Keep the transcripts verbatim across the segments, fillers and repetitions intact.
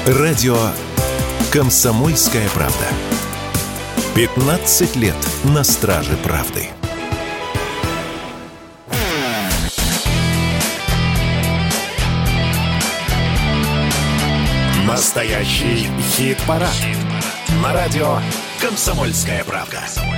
Радио «Комсомольская правда». пятнадцать лет на страже правды. Настоящий хит-парад. Хит на радио «Комсомольская правда».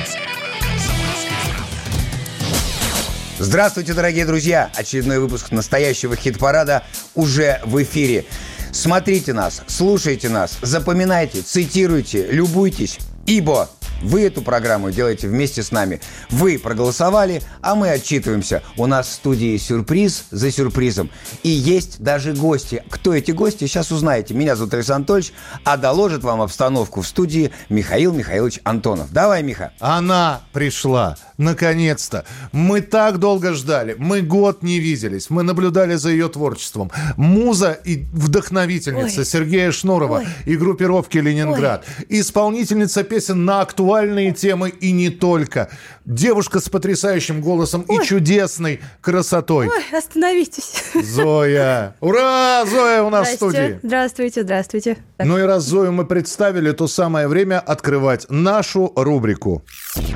Здравствуйте, дорогие друзья! Очередной выпуск настоящего хит-парада уже в эфире. Смотрите нас, слушайте нас, запоминайте, цитируйте, любуйтесь, ибо вы эту программу делаете вместе с нами. Вы проголосовали, а мы отчитываемся. У нас в студии сюрприз за сюрпризом. И есть даже гости. Кто эти гости, сейчас узнаете. Меня зовут Александр Анатольевич, а доложит вам обстановку в студии Михаил Михайлович Антонов. Давай, Миха. Она пришла. Наконец-то. Мы так долго ждали. Мы год не виделись. Мы наблюдали за ее творчеством. Муза и вдохновительница Ой. Сергея Шнурова Ой. И группировки «Ленинград». Ой. Исполнительница песен на актуальные темы и не только. Девушка с потрясающим голосом Ой. И чудесной красотой. Ой, остановитесь. Зоя. Ура! Зоя у нас в студии. Здравствуйте, здравствуйте. Ну и раз Зою мы представили, то самое время открывать нашу рубрику.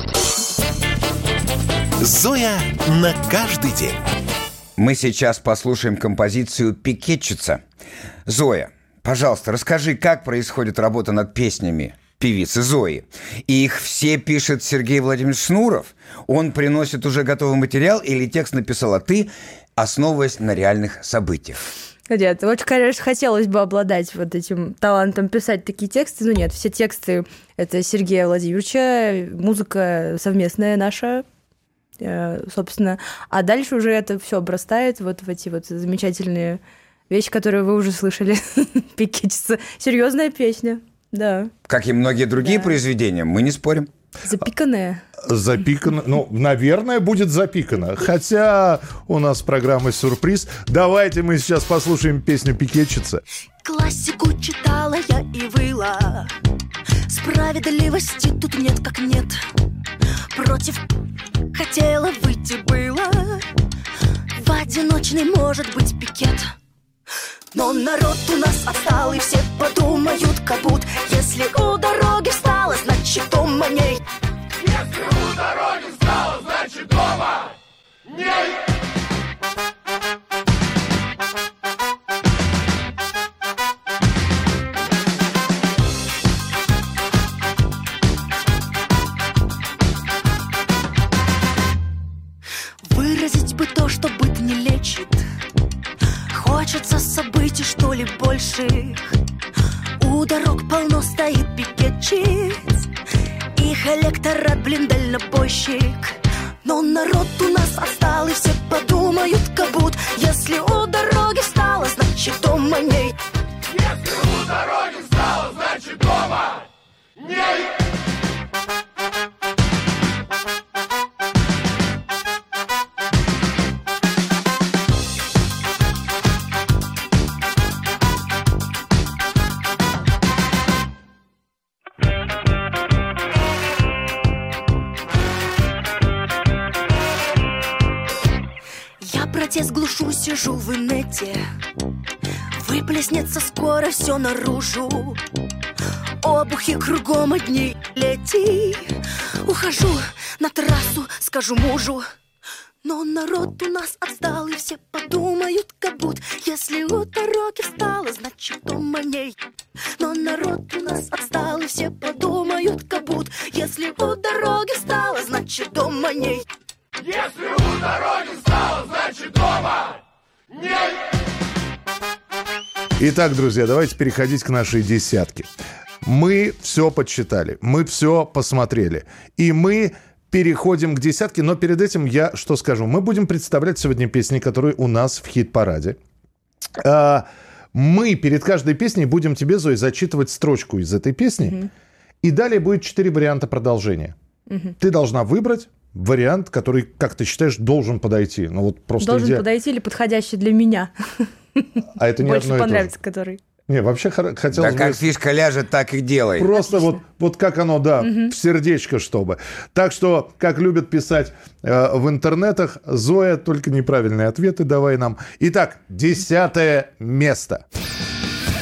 Зоя на каждый день. Мы сейчас послушаем композицию «Пикетчица». Зоя, пожалуйста, расскажи, как происходит работа над песнями певицы Зои. И их все пишет Сергей Владимирович Шнуров. Он приносит уже готовый материал или текст написала ты, основываясь на реальных событиях? Нет, очень, конечно, хотелось бы обладать вот этим талантом писать такие тексты, но нет, все тексты – это Сергея Владимировича, музыка совместная наша, собственно, а дальше уже это все обрастает вот в эти вот замечательные вещи, которые вы уже слышали. «Пикетчица». Серьезная песня, да. Как и многие другие да. произведения, мы не спорим. Запиканная. Запикано. Ну, наверное, будет запикано. Хотя у нас программа «Сюрприз». Давайте мы сейчас послушаем песню «Пикетчица». Классику читала я и выла. Справедливости тут нет как нет. Против хотела выйти было. В одиночный может быть пикет. Но народ у нас отсталый, все подумают, как будто если у дороги встала, значит дома ней. Если у дороги встала, значит дома ней. Выразить бы то, что быт не лечит. Хочется событий, что ли, больших. У дорог полно стоит пикетчиц. Их электорат, блин, дальнобойщик. Но народ у нас отстал, и все подумают, как будто если у дороги встала, значит дома ней. Если у дороги встала, значит дома ней. Протест глушу, сижу в инете. Выплеснется скоро все наружу. Обухи кругом одни лети. Ухожу на трассу, скажу мужу. Но народ у нас отстал, и все подумают, как будто если у дороги встала, значит дома ней. Но народ у нас отстал, и все подумают, как будто если у дороги встала, значит дома ней. Если у дороги встала, значит дома ней. Итак, друзья, давайте переходить к нашей десятке. Мы все подсчитали, мы все посмотрели. И мы переходим к десятке. Но перед этим я что скажу? Мы будем представлять сегодня песни, которые у нас в хит-параде. Мы перед каждой песней будем тебе, Зоя, зачитывать строчку из этой песни. Mm-hmm. И далее будет четыре варианта продолжения. Mm-hmm. Ты должна выбрать вариант, который, как ты считаешь, должен подойти. Ну, вот просто должен иде... подойти или подходящий для меня. А это не больше одно и понравится, то же. который. Не, вообще хотелось да бы... как фишка ляжет, так и делай. Просто вот, вот как оно, да, угу. в сердечко, чтобы. Так что, как любят писать э, в интернетах, Зоя, только неправильные ответы давай нам. Итак, десятое место.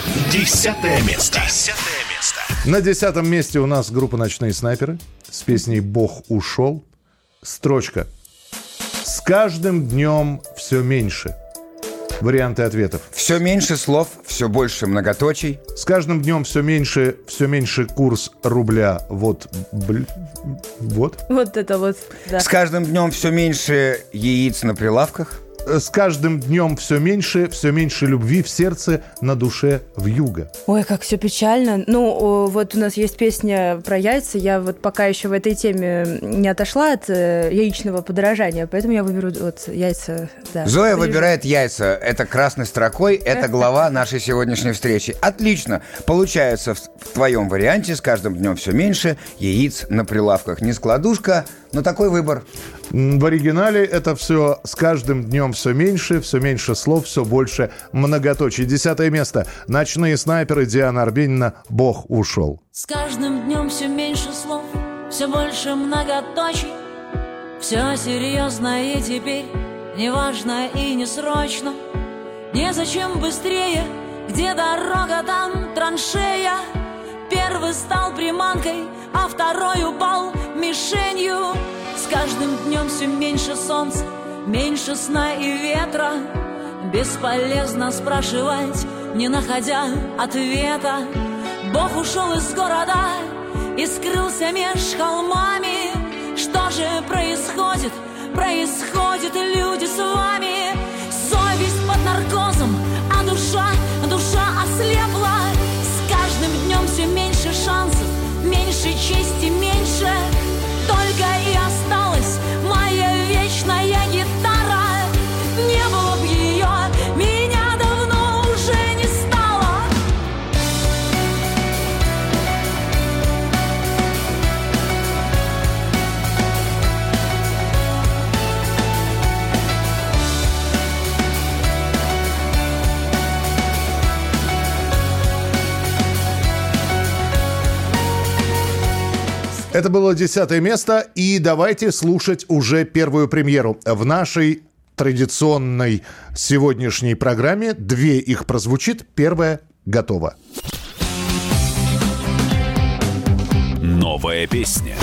Десятое место. Десятое место. На десятом месте у нас группа «Ночные снайперы» с песней «Бог ушел». Строчка. «С каждым днем все меньше». Варианты ответов. Все меньше слов, все больше многоточий. С каждым днем все меньше, все меньше курс рубля. Вот, бл... вот. Вот это вот, да. С каждым днем все меньше яиц на прилавках. С каждым днем все меньше, все меньше любви в сердце, на душе вьюга. Ой, как все печально. Ну, вот у нас есть песня про яйца. Я вот пока еще в этой теме не отошла от э, яичного подорожания, поэтому я выберу вот яйца. Да. Зоя Ближе. выбирает яйца. Это красной строкой, это глава нашей сегодняшней встречи. Отлично. Получается, в, в твоем варианте с каждым днем все меньше яиц на прилавках. Не складушка, но такой выбор. В оригинале это все с каждым днем все меньше, все меньше слов, все больше многоточий. Десятое место. «Ночные снайперы», Диана Арбенина, «Бог ушел». С каждым днем все меньше слов, все больше многоточий. Все серьезно и теперь не важно и не срочно. Незачем быстрее, где дорога, там траншея. Первый стал приманкой, а второй упал мишенью. С каждым днем все меньше солнца, меньше сна и ветра. Бесполезно спрашивать, не находя ответа. Бог ушел из города и скрылся меж холмами. Что же происходит, происходит, люди, с вами? Совесть под наркозом, а душа, душа ослепла. С каждым днем все меньше шансов, меньше чести, меньше. Только и осталась моя вечная гитара. Не было б ее, меня давно уже не стало. Это было десятое место, и давайте слушать уже первую премьеру. В нашей традиционной сегодняшней программе две их прозвучит, первая готова. Новая песня.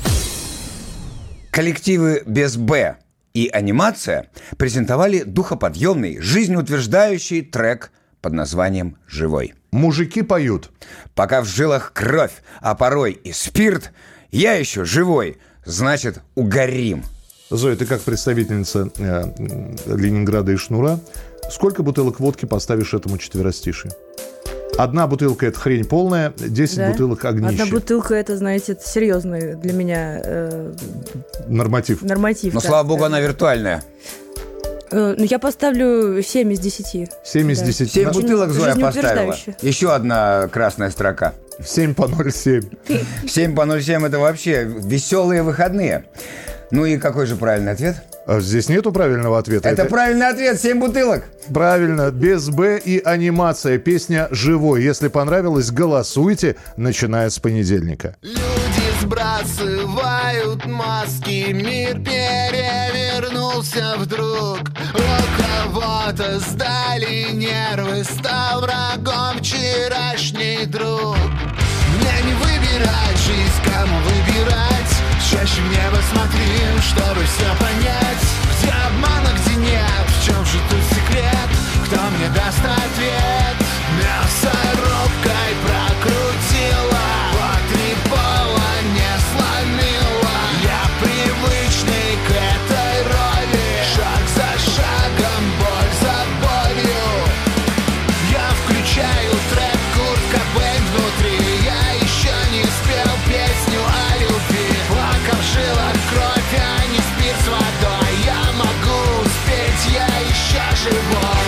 Коллективы без «Б» и анимация презентовали духоподъемный, жизнеутверждающий трек под названием «Живой». Мужики поют. Пока в жилах кровь, а порой и спирт, я еще живой, значит, угорим. Зоя, ты как представительница э, Ленинграда и Шнура, сколько бутылок водки поставишь этому четверостишию? Одна бутылка – это хрень полная, десять Да? бутылок – огнище. Одна бутылка, это, знаете, это серьезный для меня э, Норматив. норматив. Но, да, слава богу, да. она виртуальная. Э, ну, я поставлю семь из десяти. семь из Да. десяти. Семь Очень бутылок Зоя поставила. жизнеутверждающе. Еще одна красная строка. семь по ноль семь. семь по ноль семь – это вообще веселые выходные. Ну и какой же правильный ответ? А здесь нету правильного ответа. Это правильный ответ, семь бутылок. Правильно, без «Б» и анимация. Песня «Живой». Если понравилось, голосуйте, начиная с понедельника. Люди сбрасывают маски, мир перевернулся вдруг. У кого-то сдали нервы, стал врагом вчерашний друг. Мне не выбирать жизнь, кому выбирать. Чаще в небо смотри, чтобы все понять. Где обман, а где нет, в чем же тут секрет? Кто мне даст ответ? Мясорубкой прокрутила, по три пола не сломила. Я привычный к этой роли, шаг за шагом, боль за болью. Я включаю трек Курт Кобейн внутри. Я еще не спел песню о любви. Плакал в жилах кровь, а не спирт с водой. Я могу успеть, я еще живой.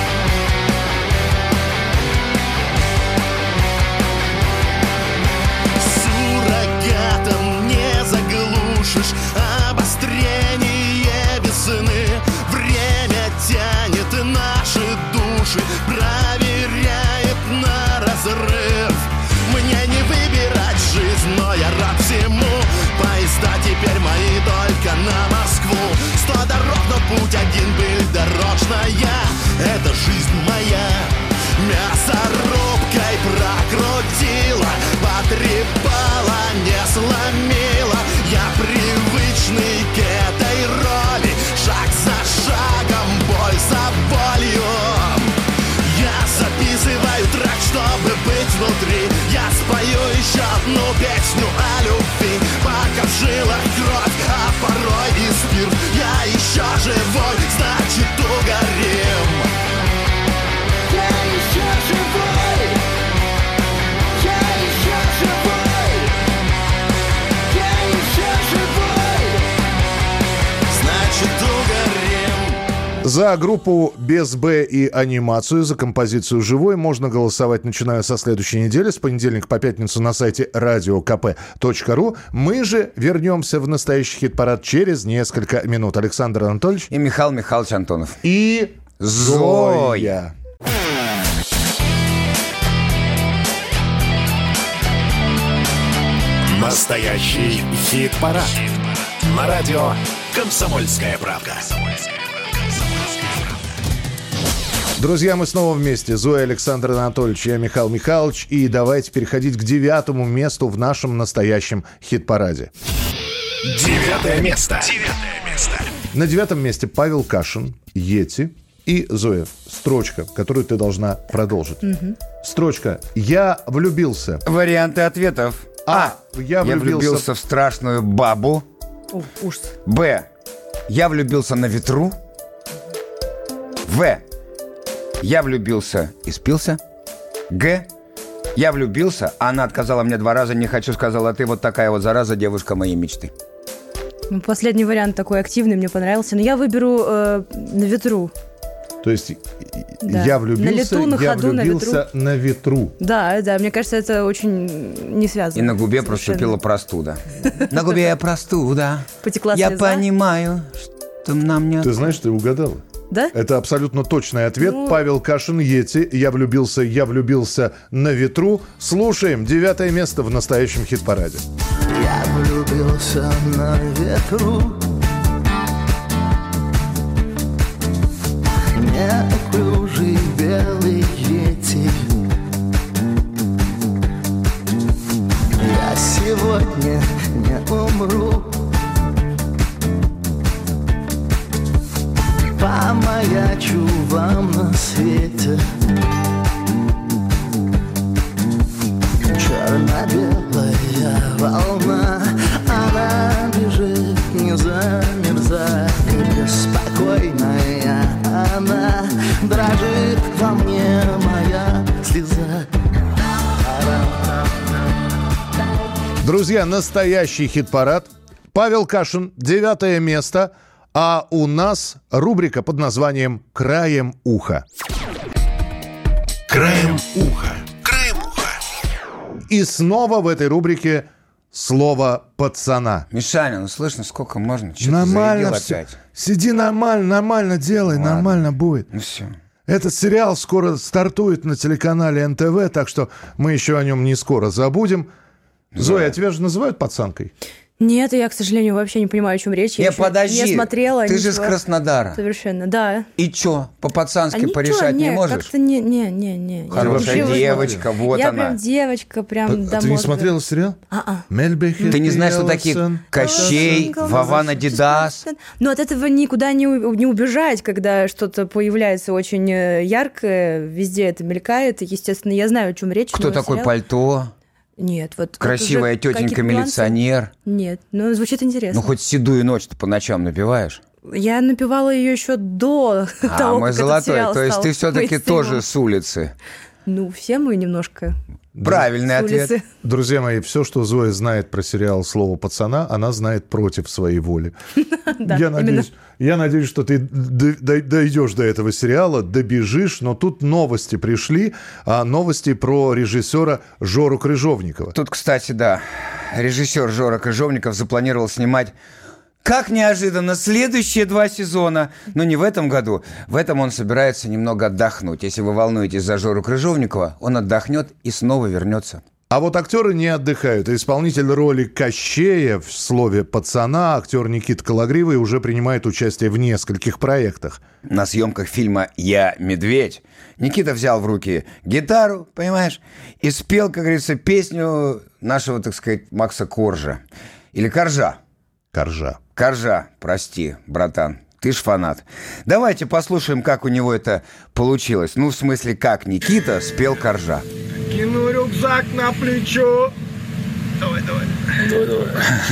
Суррогатом не заглушишь обострение весны. Время тянет наши души, проверяет на разрыв. Мне не выбирать жизнь, но я рад всему. Поезда теперь мои только на Москву. Сто дорог, но путь один был дорожная. Это жизнь моя. Мясорубка разбудила, потрепала, не сломила. Я привычный к этой роли, шаг за шагом, боль за болью. Я записываю трек, чтобы быть внутри. Я спою еще одну песню о любви, пока в жилах кровь, а порой и спирт. Я еще живой, значит угорим. Я еще живой, я еще живой, я еще живой, значит угорим. За группу без Б и анимацию, за композицию «Живой» можно голосовать, начиная со следующей недели, с понедельника по пятницу на сайте радио ка пэ точка ру. Мы же вернемся в настоящий хит-парад через несколько минут. Александр Анатольевич И Михаил Михайлович Антонов. и Зоя. Настоящий хит-парад. На радио «Комсомольская правда». Друзья, мы снова вместе. Зоя, Александр Анатольевич, я Михаил Михайлович. И давайте переходить к девятому месту в нашем настоящем хит-параде. Девятое место. Девятое место. На девятом месте Павел Кашин, «Йети». И, Зоя, строчка, которую ты должна продолжить. Строчка «Я влюбился». Варианты ответов. А. Я Я влюбился, влюбился в страшную бабу. О, ужас. Б. Я влюбился на ветру. В. Я влюбился и спился. Г. Я влюбился, а она отказала мне два раза. Не хочу, сказала ты, вот такая вот зараза, девушка моей мечты. Ну, последний вариант такой активный, мне понравился. Но я выберу э, на ветру. То есть Да. я влюбился, На лету, на я ходу, на влюбился на ветру. Да, да, мне кажется, это очень не связано. И на губе совершенно. проступила простуда. На губе простуда. Потекла Я слеза. понимаю, что нам не... Ты знаешь, ты угадала. Да? Это абсолютно точный ответ. Ну... Павел Кашин, «Йети». Я влюбился, я влюбился на ветру. Слушаем. Девятое место в настоящем хит-параде. Я влюбился на ветру. Неуклюжий белый йети. Я сегодня не умру. Помаячу вам на свете. Черно-белая волна, она бежит, не замерзая, беспокойная она, дрожит во мне моя слеза. Друзья, настоящий хит-парад. Павел Кашин, девятое место. А у нас рубрика под названием «Краем уха». Краем уха. Краем уха. И снова в этой рубрике слово «пацана». Мишаня, ну слышно, сколько можно? Что ты Нормально зарядил все. опять? Сиди нормально, нормально делай, Ладно. нормально будет. Ну все. Этот сериал скоро стартует на телеканале эн тэ вэ, так что мы еще о нем не скоро забудем. Зоя, а тебя же называют пацанкой? Нет, я, к сожалению, вообще не понимаю, о чем речь. Я Не, еще подожди. не смотрела. Ты же ничего. с Краснодара. Совершенно, да. И чё, по-пацански А ничего, порешать не нет, можешь? Как-то не, не, не, не. Хорошая Я вообще девочка, вот- вот я она. прям девочка, прям до А ты не мозга. смотрела сериал? А-а. Мельбехи, Ты не знаешь, что такие Эллисон. Кощей, Вован Адидас? Но от этого никуда не, у- не убежать, когда что-то появляется очень э, яркое, везде это мелькает. И, естественно, я знаю, о чем речь. Кто но такой сериал- Пальто? Нет, вот... вот Красивая уже какие-то нюансы. тетенька-милиционер? Нет, ну звучит интересно. Ну, хоть седую ночь-то по ночам напиваешь? Я напевала ее еще до А, того, мой как этот золотой, сериал то есть стал ты все-таки мейнстримом. тоже с улицы. Ну, все мы немножко Правильный с ответ. улицы. Друзья мои, все, что Зоя знает про сериал «Слово пацана», она знает против своей воли. Да, я, именно. надеюсь, я надеюсь, что ты д- д- дойдешь до этого сериала, добежишь, но тут новости пришли, а новости про режиссера Жору Крыжовникова. Тут, кстати, да, режиссер Жора Крыжовников запланировал снимать, как неожиданно, следующие два сезона. Но не в этом году. В этом он собирается немного отдохнуть. Если вы волнуетесь за Жору Крыжовникова, он отдохнет и снова вернется. А вот актеры не отдыхают. Исполнитель роли Кощея в слове «пацана», актер Никита Кологривый, уже принимает участие в нескольких проектах. На съемках фильма «Я медведь» Никита взял в руки гитару, понимаешь, и спел, как говорится, песню нашего, так сказать, Макса Коржа. Или Коржа. Коржа. Коржа, прости, братан. Ты ж фанат. Давайте послушаем, как у него это получилось. Ну, в смысле, как Никита спел Коржа. Кину рюкзак на плечо. Давай, давай. Давай, давай.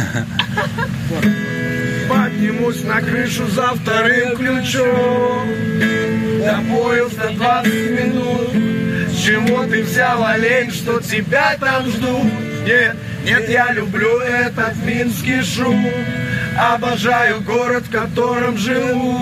Поднимусь на крышу за вторым ключом. До поезда двадцать минут. С чего ты взял, олень, что тебя там ждут? Нет, нет, я люблю этот минский шум. Обожаю город, в котором живу.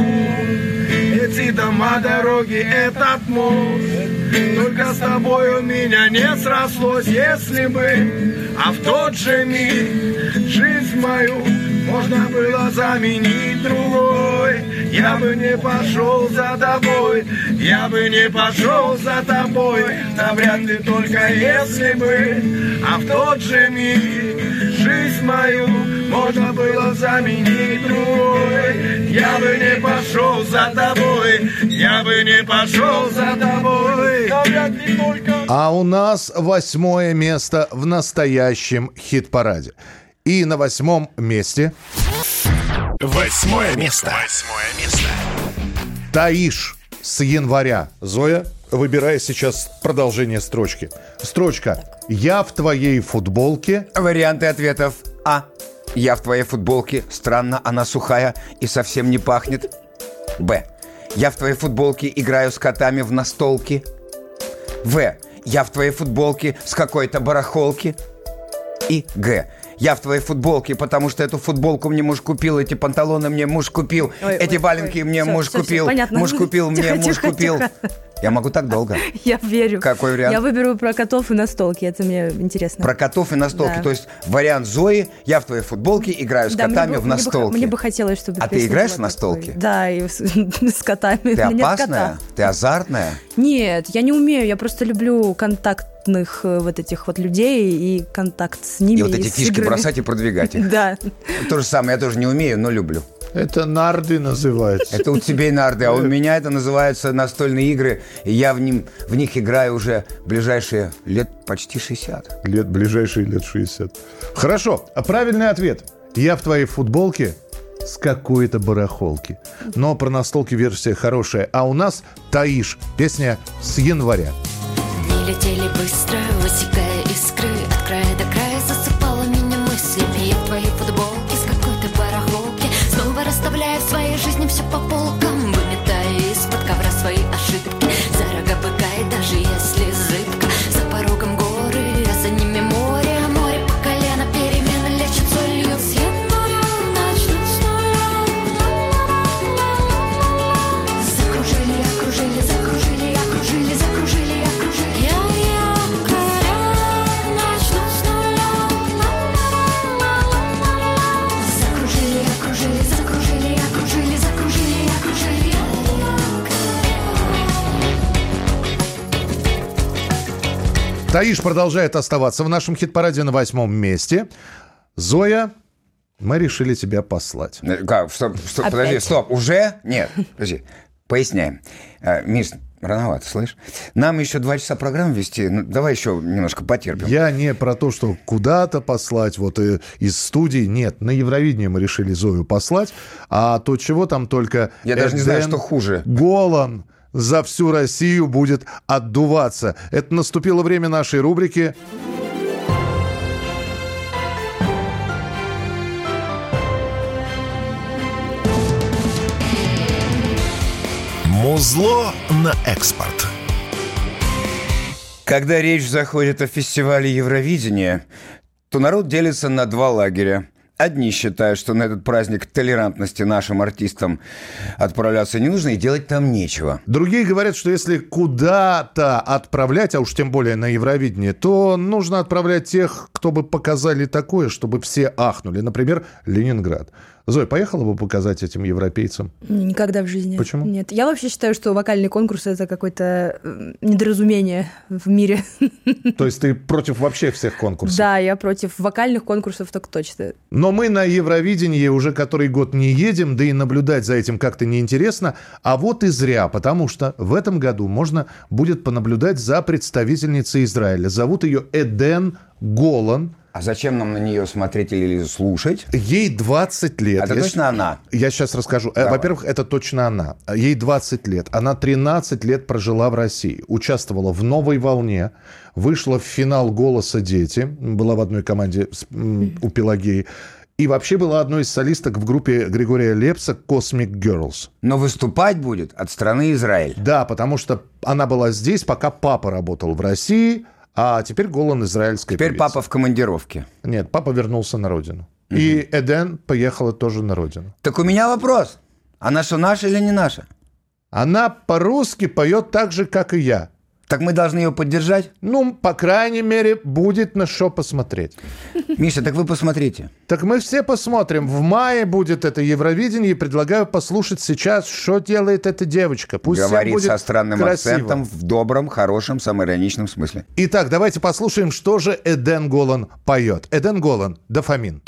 Эти дома, дороги, этот мост. Только с тобой у меня не срослось. Если бы, а в тот же миг жизнь мою можно было заменить другой, я бы не пошел за тобой, я бы не пошел за тобой. Навряд ли только если бы, а в тот же миг жизнь мою можно было заменить другой, я бы не пошел за тобой, я бы не пошел за тобой. Навряд ли только... А у нас восьмое место в настоящем хит-параде. И на восьмом месте... Восьмое место. Восьмое место. Таиш с января. Зоя, выбирай сейчас продолжение строчки. Строчка. Я в твоей футболке. Варианты ответов. А. Я в твоей футболке. Странно, она сухая и совсем не пахнет. Б. Я в твоей футболке играю с котами в настолки. В. Я в твоей футболке с какой-то барахолки. И Г. Я в твоей футболке, потому что эту футболку мне муж купил, эти панталоны мне муж купил, ой, эти ой, валенки ой, мне все, муж все, купил, все, муж купил, тихо, мне тихо, муж тихо, купил. Тихо. Я могу так долго. Я верю. Какой вариант? Я выберу про котов и настолки, это мне интересно. Про котов и настолки, да. То есть вариант Зои, я в твоей футболке играю с да, котами бы, в настолке. Мне бы, мне бы хотелось, чтобы... А ты играешь в настолки? Такой. Да, и с, с котами. Ты опасная? Ты азартная? Нет, я не умею, я просто люблю контакт вот этих вот людей и контакт с ними. И вот эти фишки играми бросать и продвигать их. Да. То же самое, я тоже не умею, но люблю. Это нарды называется. Это у тебя и нарды, а у меня это называются настольные игры. И я в, ним, в них играю уже ближайшие лет почти шестьдесят. Лет, ближайшие лет шестьдесят. Хорошо, а правильный ответ. Я в твоей футболке с какой-то барахолки. Но про настолки версия хорошая. А у нас Таиш, песня с января. Летели быстро, высекая искры. От края до края засыпала меня мыслями. Я в твоей футболке с какой-то барахолки. Снова расставляя в своей жизни все по полкам. Выметая из-под ковра свои ошибки. За рога быка и даже если зыбко. За порогом горы, а за ними море. А море по колено перемены лечит солью. С января начнут с нуля. Закружили, окружили, закружили, окружили, закружили, окружили. Таиш продолжает оставаться в нашем хит-параде на восьмом месте. Зоя, мы решили тебя послать. Как? Стоп, стоп, подожди, стоп. Уже? Нет, подожди. Поясняем. А, Миш, рановато, слышь? Нам еще два часа программы вести. Ну, давай еще немножко потерпим. Я не про то, что куда-то послать, вот и, из студии. Нет, на Евровидение мы решили Зою послать. А то чего там только... Я даже не знаю, что хуже. Голан за всю Россию будет отдуваться. Это наступило время нашей рубрики. Музло на экспорт. Когда речь заходит о фестивале Евровидения, то народ делится на два лагеря. Одни считают, что на этот праздник толерантности нашим артистам отправляться не нужно и делать там нечего. Другие говорят, что если куда-то отправлять, а уж тем более на Евровидение, то нужно отправлять тех, кто бы показали такое, чтобы все ахнули. Например, Ленинград. Зоя, поехала бы показать этим европейцам? Никогда в жизни. Почему? Нет. Я вообще считаю, что вокальный конкурс – это какое-то недоразумение в мире. То есть ты против вообще всех конкурсов? Да, я против вокальных конкурсов так точно. Но мы на Евровидении уже который год не едем, да и наблюдать за этим как-то неинтересно. А вот и зря, потому что в этом году можно будет понаблюдать за представительницей Израиля. Зовут ее Эден Голан. А зачем нам на нее смотреть или слушать? Ей двадцать лет. Это я точно щ... она? Я сейчас расскажу. Давай. Во-первых, это точно она. Ей двадцать лет. Она тринадцать лет прожила в России. Участвовала в «Новой волне». Вышла в финал «Голоса дети». Была в одной команде с, м, у Пелагеи. И вообще была одной из солисток в группе Григория Лепса «Cosmic Girls». Но выступать будет от страны Израиль. Да, потому что она была здесь, пока папа работал в России, а теперь Голан израильская Теперь певица. папа в командировке. Нет, папа вернулся на родину. Угу. И Эден поехала тоже на родину. Так у меня вопрос. Она что, наша или не наша? Она по-русски поет так же, как и я. Так мы должны ее поддержать? Ну, по крайней мере, будет на что посмотреть. Миша, так вы посмотрите. Так мы все посмотрим. В мае будет это Евровидение. И предлагаю послушать сейчас, что делает эта девочка. Пусть говорит будет со странным красиво. акцентом, в добром, хорошем, самоироничном смысле. Итак, давайте послушаем, что же Эден Голан поет. Эден Голан, «Дофамин».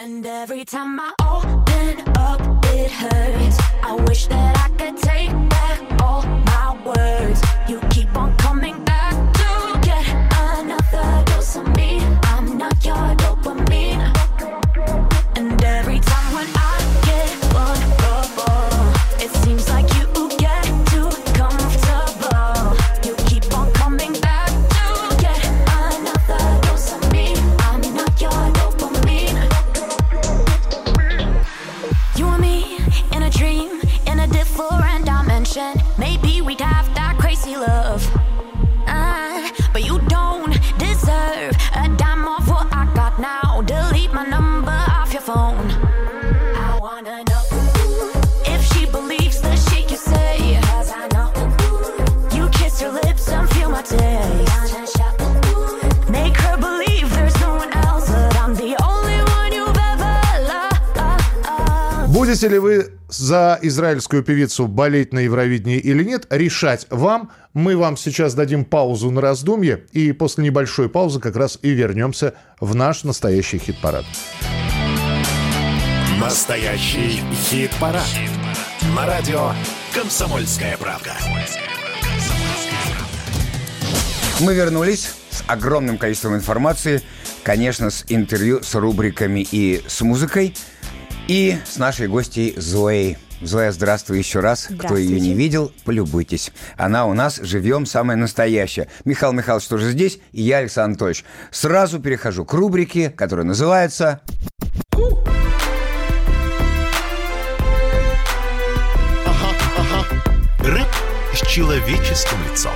Your dopamine, and every time when I get vulnerable, it seems like you get too comfortable. You keep on coming back to get another dose of me. I'm not your dopamine. You and me in a dream, in a different dimension. Maybe we'd have that crazy love, uh, but you don't deserve a dime of what I got now. Delete my number off your phone. I wanna know if she believes the shit you say, 'cause I know you kiss her lips and feel my taste. Make her believe there's no one else, but I'm the only one you've ever loved. Будете ли вы за израильскую певицу болеть на Евровидении или нет, решать вам. Мы вам сейчас дадим паузу на раздумье, и после небольшой паузы как раз и вернемся в наш настоящий хит-парад. Настоящий хит-парад. Хит-парад. На радио «Комсомольская правда». Мы вернулись с огромным количеством информации, конечно, с интервью, с рубриками и с музыкой, и с нашей гостьей Зоей. Зоя, здравствуй еще раз. Кто ее не видел, полюбуйтесь. Она у нас живьем, самая настоящая. Михаил Михайлович тоже здесь, и я, Александр Анатольевич. Сразу перехожу к рубрике, которая называется... Ага, ага. Рэп с человеческим лицом.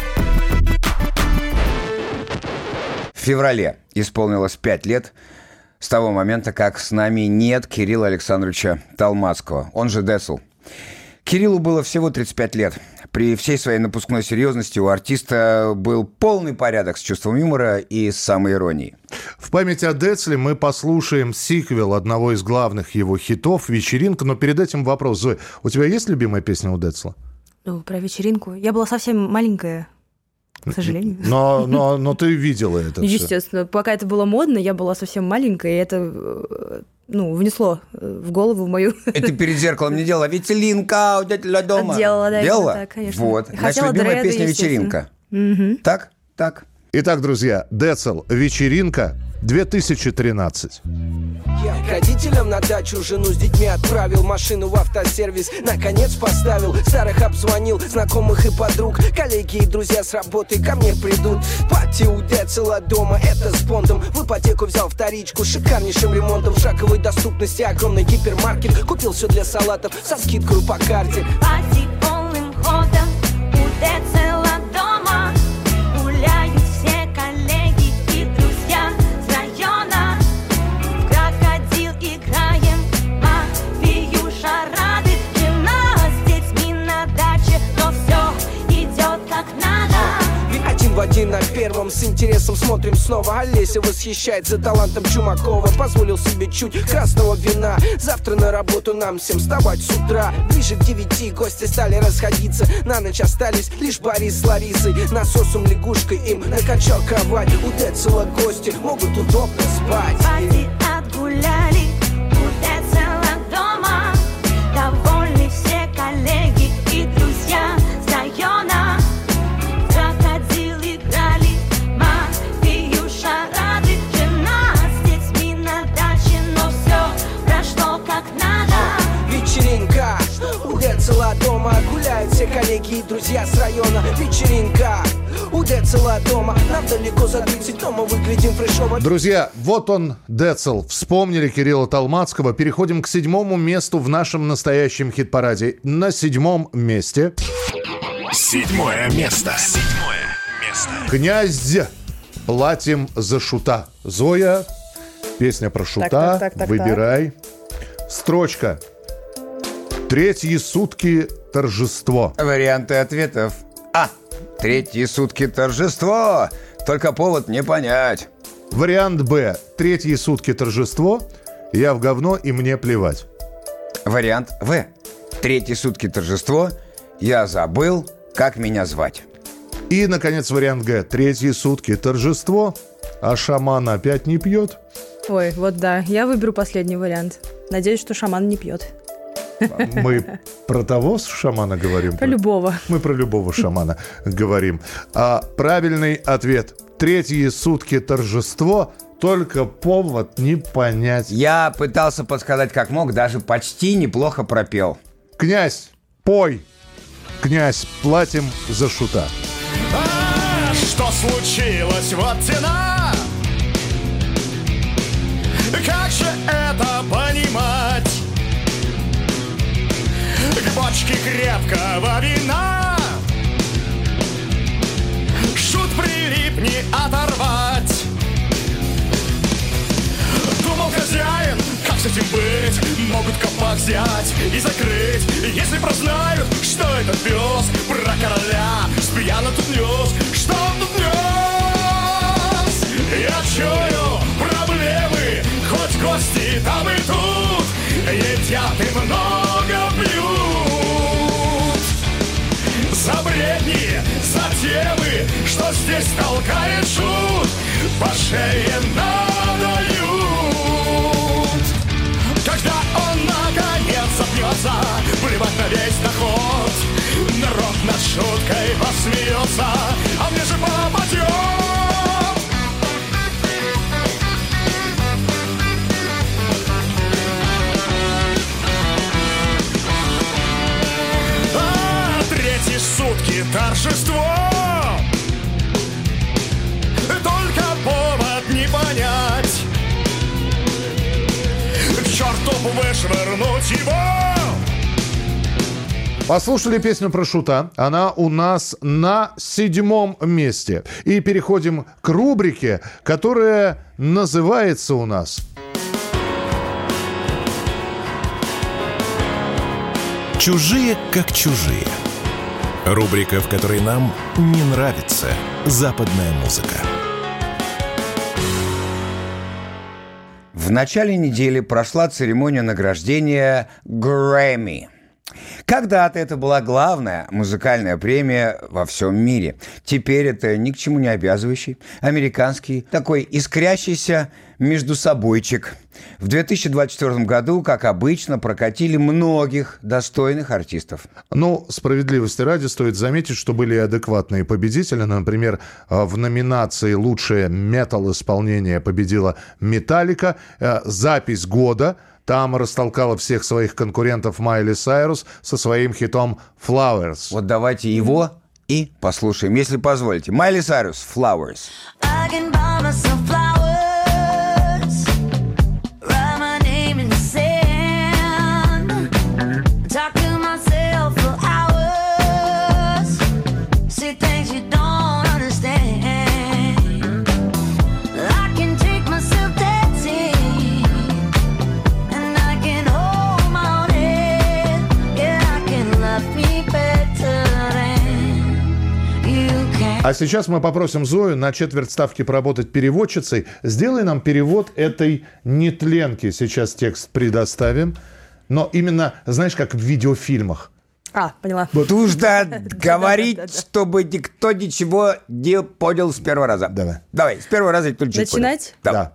В феврале исполнилось пять лет с того момента, как с нами нет Кирилла Александровича Толмацкого, он же Децл. Кириллу было всего тридцать пять лет. При всей своей напускной серьезности у артиста был полный порядок с чувством юмора и с самоиронией. В память о Децле мы послушаем сиквел одного из главных его хитов «Вечеринка». Но перед этим вопрос. Зоя, у тебя есть любимая песня у Децла? Ну, про вечеринку. Я была совсем маленькая, к сожалению. Но, но, но ты видела это все. Естественно. Пока это было модно, я была совсем маленькая, и это... ну, внесло в голову мою... И ты перед зеркалом не делала «Вечеринка у дяди дома»? Делала, да. Делала? Да, конечно. Вот. Значит, любимая песня «Вечеринка». Угу. Так? Так. Итак, друзья, Децл, «Вечеринка», две тысячи тринадцать. Я к родителям на дачу жену с детьми отправил, машину в автосервис наконец поставил, старых обзвонил, знакомых и подруг, коллеги и друзья с работы ко мне придут. Пати у Децла дома, это с Бондом, в ипотеку взял вторичку, шикарнейшим ремонтом, в шаговой доступности огромный гипермаркет, купил все для салатов со скидкой по карте. Пати полным ходом у Децла дома, гуляют все коллеги и друзья с района. В крокодил играем с интересом смотрим снова. Олеся восхищает за талантом Чумакова. Позволил себе чуть красного вина. Завтра на работу нам всем вставать с утра. Ближе к девяти гости стали расходиться. На ночь остались лишь Борис с Ларисой. Насосом лягушкой им накачал кровать. У Децела гости могут удобно спать. Пати отгуляли, у Децела дома. Довольны все коллеги и друзья с района. Крокодил играли, мафию шарады. Жена с детьми на даче, но все прошло как надо. Вечеринка у Децела дома. Гуляют все коллеги и друзья с района. Вечеринка у Децела дома. Нам далеко за тридцать, но мы выглядим фрешово. Друзья, вот он, Децл. Вспомнили Кирилла Толмацкого. Переходим к седьмому месту в нашем настоящем хит-параде. На седьмом месте... Седьмое место. Седьмое место. «Князь, платим за шута». Зоя, песня про шута. Так, так, так, так, Выбирай. Строчка. «Третьи сутки торжество». Варианты ответов. А. Третьи сутки торжество. Только повод не понять. Вариант Б. Третьи сутки торжество. Я в говно и мне плевать. Вариант В. Третьи сутки торжество. Я забыл, как меня звать. И, наконец, вариант Г. Третьи сутки торжество. А шаман опять не пьет. Ой, вот да, я выберу последний вариант. Надеюсь, что шаман не пьет. Мы про того шамана говорим? Про любого. Мы про любого шамана говорим. А правильный ответ. Третьи сутки торжество, только повод не понять. Я пытался подсказать как мог, даже почти неплохо пропел. Князь, пой. Князь, платим за шута. А, что случилось, вот тена? Как же это понимать? К бочке крепкого вина шут прилип не оторвать. Думал хозяин, как с этим быть? Могут колпак взять и закрыть, если прознают, что этот пес про короля спьяно тут нес. Что он тут нес? Я чую проблемы, хоть гости там и тут едят и много пьют. За бредни, за темы, что здесь толкает шут, по шее надают. Когда он наконец запьется, плевать на весь доход, народ над шуткой посмеется, а мне же попадет. А, третьи сутки торжество, только повод не понять. К черту вышвырнуть его. Послушали песню про шута. Она у нас на седьмом месте. И переходим к рубрике, которая называется у нас... «Чужие как чужие». Рубрика, в которой нам не нравится западная музыка. В начале недели прошла церемония награждения Грэмми. Когда-то это была главная музыкальная премия во всем мире. Теперь это ни к чему не обязывающий, американский, такой искрящийся междусобойчик. В две тысячи двадцать четвёртом году, как обычно, прокатили многих достойных артистов. Ну, справедливости ради стоит заметить, что были и адекватные победители. Например, в номинации «Лучшее метал-исполнение» победила «Металлика». Запись года. Там растолкала всех своих конкурентов Майли Сайрус со своим хитом «Flowers». Вот давайте его и послушаем, если позволите. Майли Сайрус, «Flowers». А А сейчас мы попросим Зою на четверть ставки поработать переводчицей. Сделай нам перевод этой нетленки. Сейчас текст предоставим. Но именно, знаешь, как в видеофильмах. А, поняла. Нужно говорить, чтобы никто ничего не понял с первого раза. Давай. Давай, с первого раза никто ничего не понял. Начинать? Да.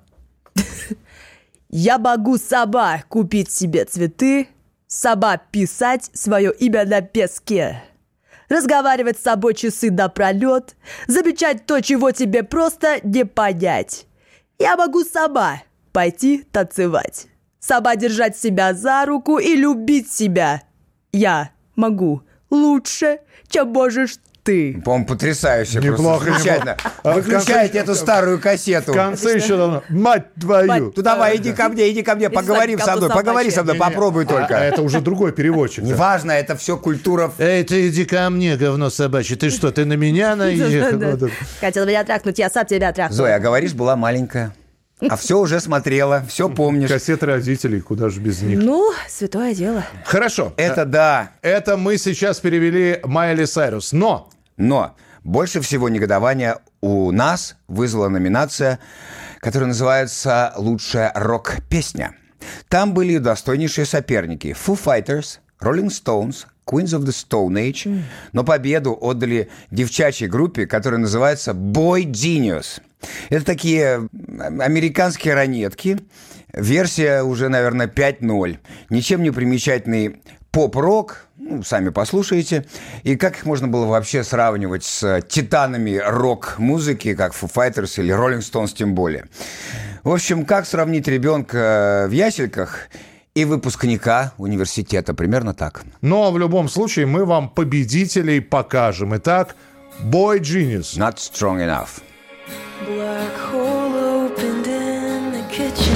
Я могу сама купить себе цветы, сама писать свое имя на песке, разговаривать с собой часы напролет, замечать то, чего тебе просто не понять. Я могу сама пойти танцевать, сама держать себя за руку и любить себя. Я могу лучше, чем можешь ты. По-моему, потрясающе. Неплохо, просто замечательно. неплохо. Выключайте А в конце- эту старую кассету. В конце еще давно. Мать твою. Мать Ну давай, иди ко мне, иди ко мне, поговори так, со мной, кому поговори со мной, Не-не. попробуй А, только. а это уже другой переводчик. Неважно, это все культура. Эй, ты иди ко мне, говно собачье. Ты что, ты на меня наехал? Хотел меня трахнуть, я сам тебя трахну. Зоя, а говоришь, была маленькая. А все уже смотрела, все помнишь. Кассеты родителей, куда же без них. Ну, святое дело. Хорошо. Это да. Это мы сейчас перевели Майли Сайрус. Но Но больше всего негодования у нас вызвала номинация, которая называется «Лучшая рок-песня». Там были достойнейшие соперники Foo Fighters, Rolling Stones, Queens of the Stone Age, но победу отдали девчачьей группе, которая называется Boy Genius. Это такие американские ранетки, версия уже, наверное, пять ноль. Ничем не примечательный поп-рок, ну, сами послушаете. И как их можно было вообще сравнивать с титанами рок-музыки, как Foo Fighters или Rolling Stones тем более. В общем, как сравнить ребенка в ясельках и выпускника университета? Примерно так. Но в любом случае мы вам победителей покажем. Итак, Boy Genius. Not strong enough. Black hole opened in the kitchen.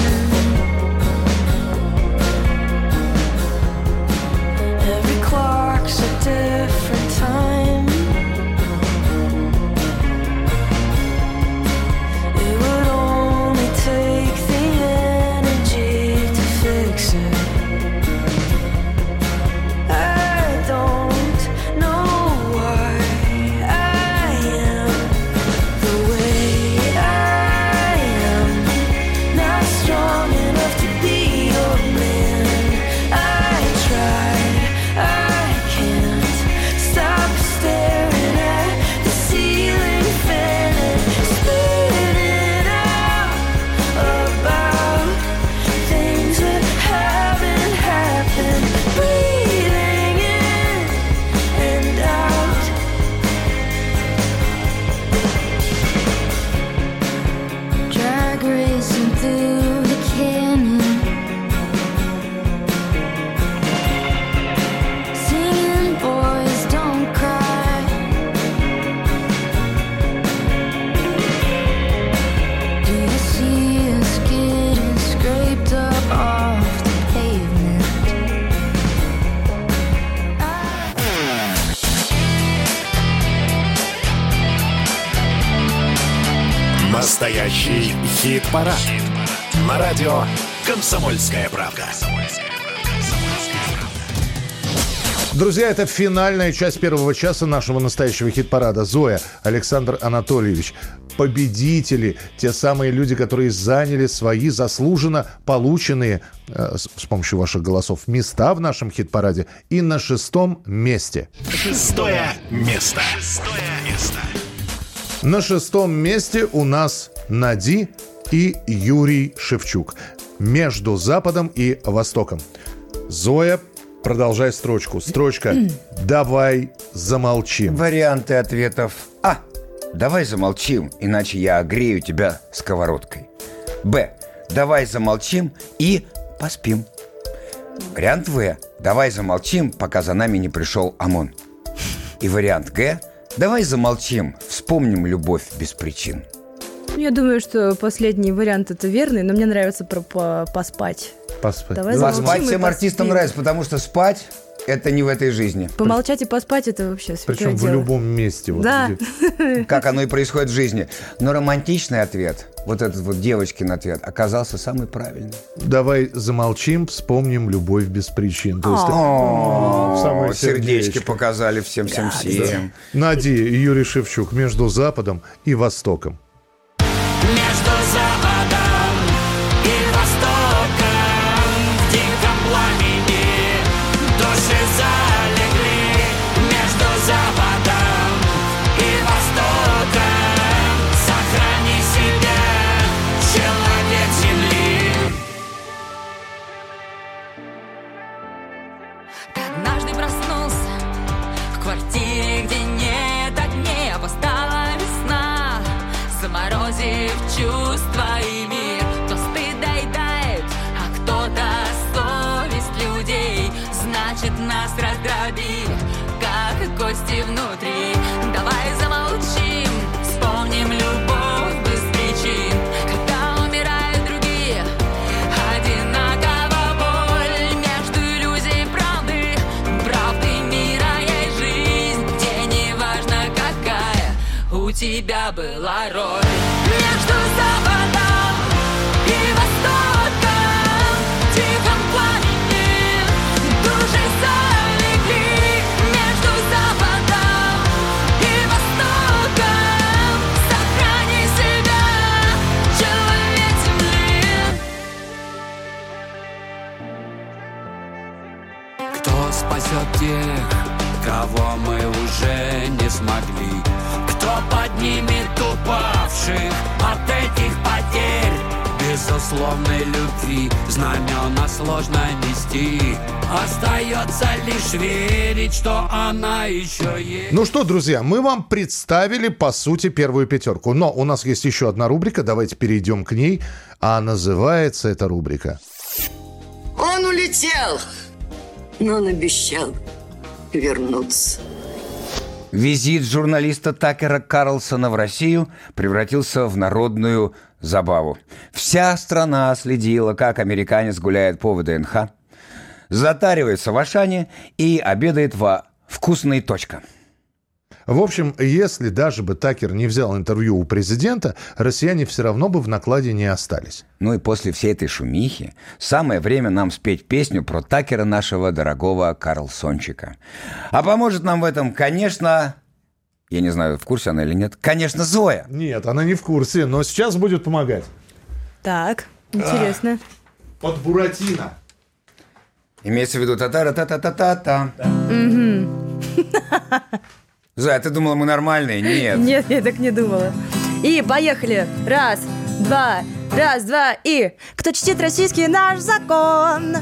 Every clock's a different time. It would only take the energy to fix it. I don't know why I am the way I am. Not strong enough to be your man. I tried, I can't stop staring at the ceiling fan and spinning out about things that haven't happened. Breathing in and out. Drag racing through the canyon, singing boys don't cry. Do you see us getting scraped up off the pavement? Настоящий хит-парад. На радио «Комсомольская правда». Друзья, это финальная часть первого часа нашего настоящего хит-парада. Зоя, Александр Анатольевич, победители, те самые люди, которые заняли свои заслуженно полученные э, с, с помощью ваших голосов места в нашем хит-параде и на шестом месте. Шестое место. Шестое место. На шестом месте у нас Нади и Юрий Шевчук. «Между Западом и Востоком». Зоя, продолжай строчку. Строчка «Давай замолчим». Варианты ответов. А. Давай замолчим, иначе я огрею тебя сковородкой. Б. Давай замолчим и поспим. Вариант В. Давай замолчим, пока за нами не пришел ОМОН. И вариант Г. Давай замолчим, вспомним любовь без причин. Я думаю, что последний вариант это верный, но мне нравится про по- поспать. Поспать. Давай Поспать замолчим и всем артистам поспим. нравится, потому что спать это не в этой жизни. Помолчать и поспать — это вообще святое Причем дело. в любом месте. Вот да. где... Как оно и происходит в жизни. Но романтичный ответ, вот этот вот девочкин ответ, оказался самый правильный. Давай замолчим, вспомним любовь без причин. То есть, О, самое сердечки сердечко. показали всем-всем-всем. Нади и Юрий Шевчук между Западом и Востоком. Между Западом и Востоком в диком пламени души залегли. Между Западом и Востоком сохрани себя, человек земли. Ты однажды проснулся в квартире, где нет огней, опоздала весна, заморозив чувства и мир. Кто стыд доедает, а кто-то совесть людей. Значит, нас раздробили, как кости внутри. Давай замолчим, вспомним любовь без причин. Когда умирают другие, одинаково боль между иллюзией правды, правды мира есть жизнь, где не важно какая у тебя была роль. Между Западом и Востоком в тихом пламени души залегли. Между Западом и Востоком сохрани себя, человек земли. Кто спасет тех, кого мы уже не смогли? Кто поднимет упавших от этих потерь? Безусловной любви знамена сложно нести. Остается лишь верить, что она еще есть. Ну что, друзья, мы вам представили, по сути, первую пятерку. Но у нас есть еще одна рубрика, давайте перейдем к ней. А называется эта рубрика... Он улетел, но он обещал вернуться. Визит журналиста Такера Карлсона в Россию превратился в народную забаву. Вся страна следила, как американец гуляет по ВДНХ, затаривается в Ашане и обедает во «Вкусной точка». В общем, если даже бы Такер не взял интервью у президента, россияне все равно бы в накладе не остались. Ну и после всей этой шумихи самое время нам спеть песню про Такера, нашего дорогого Карлсончика. А поможет нам в этом, конечно... Я не знаю, в курсе она или нет. Конечно, Зоя. Нет, она не в курсе, но сейчас будет помогать. Так, интересно. А, под Буратино. Имеется в виду та-та-та-та-та-та. Угу. Зоя, ты думала, мы нормальные? Нет. Нет, я так не думала. И поехали. Раз, два, раз, два, и... Кто чтит российский наш закон?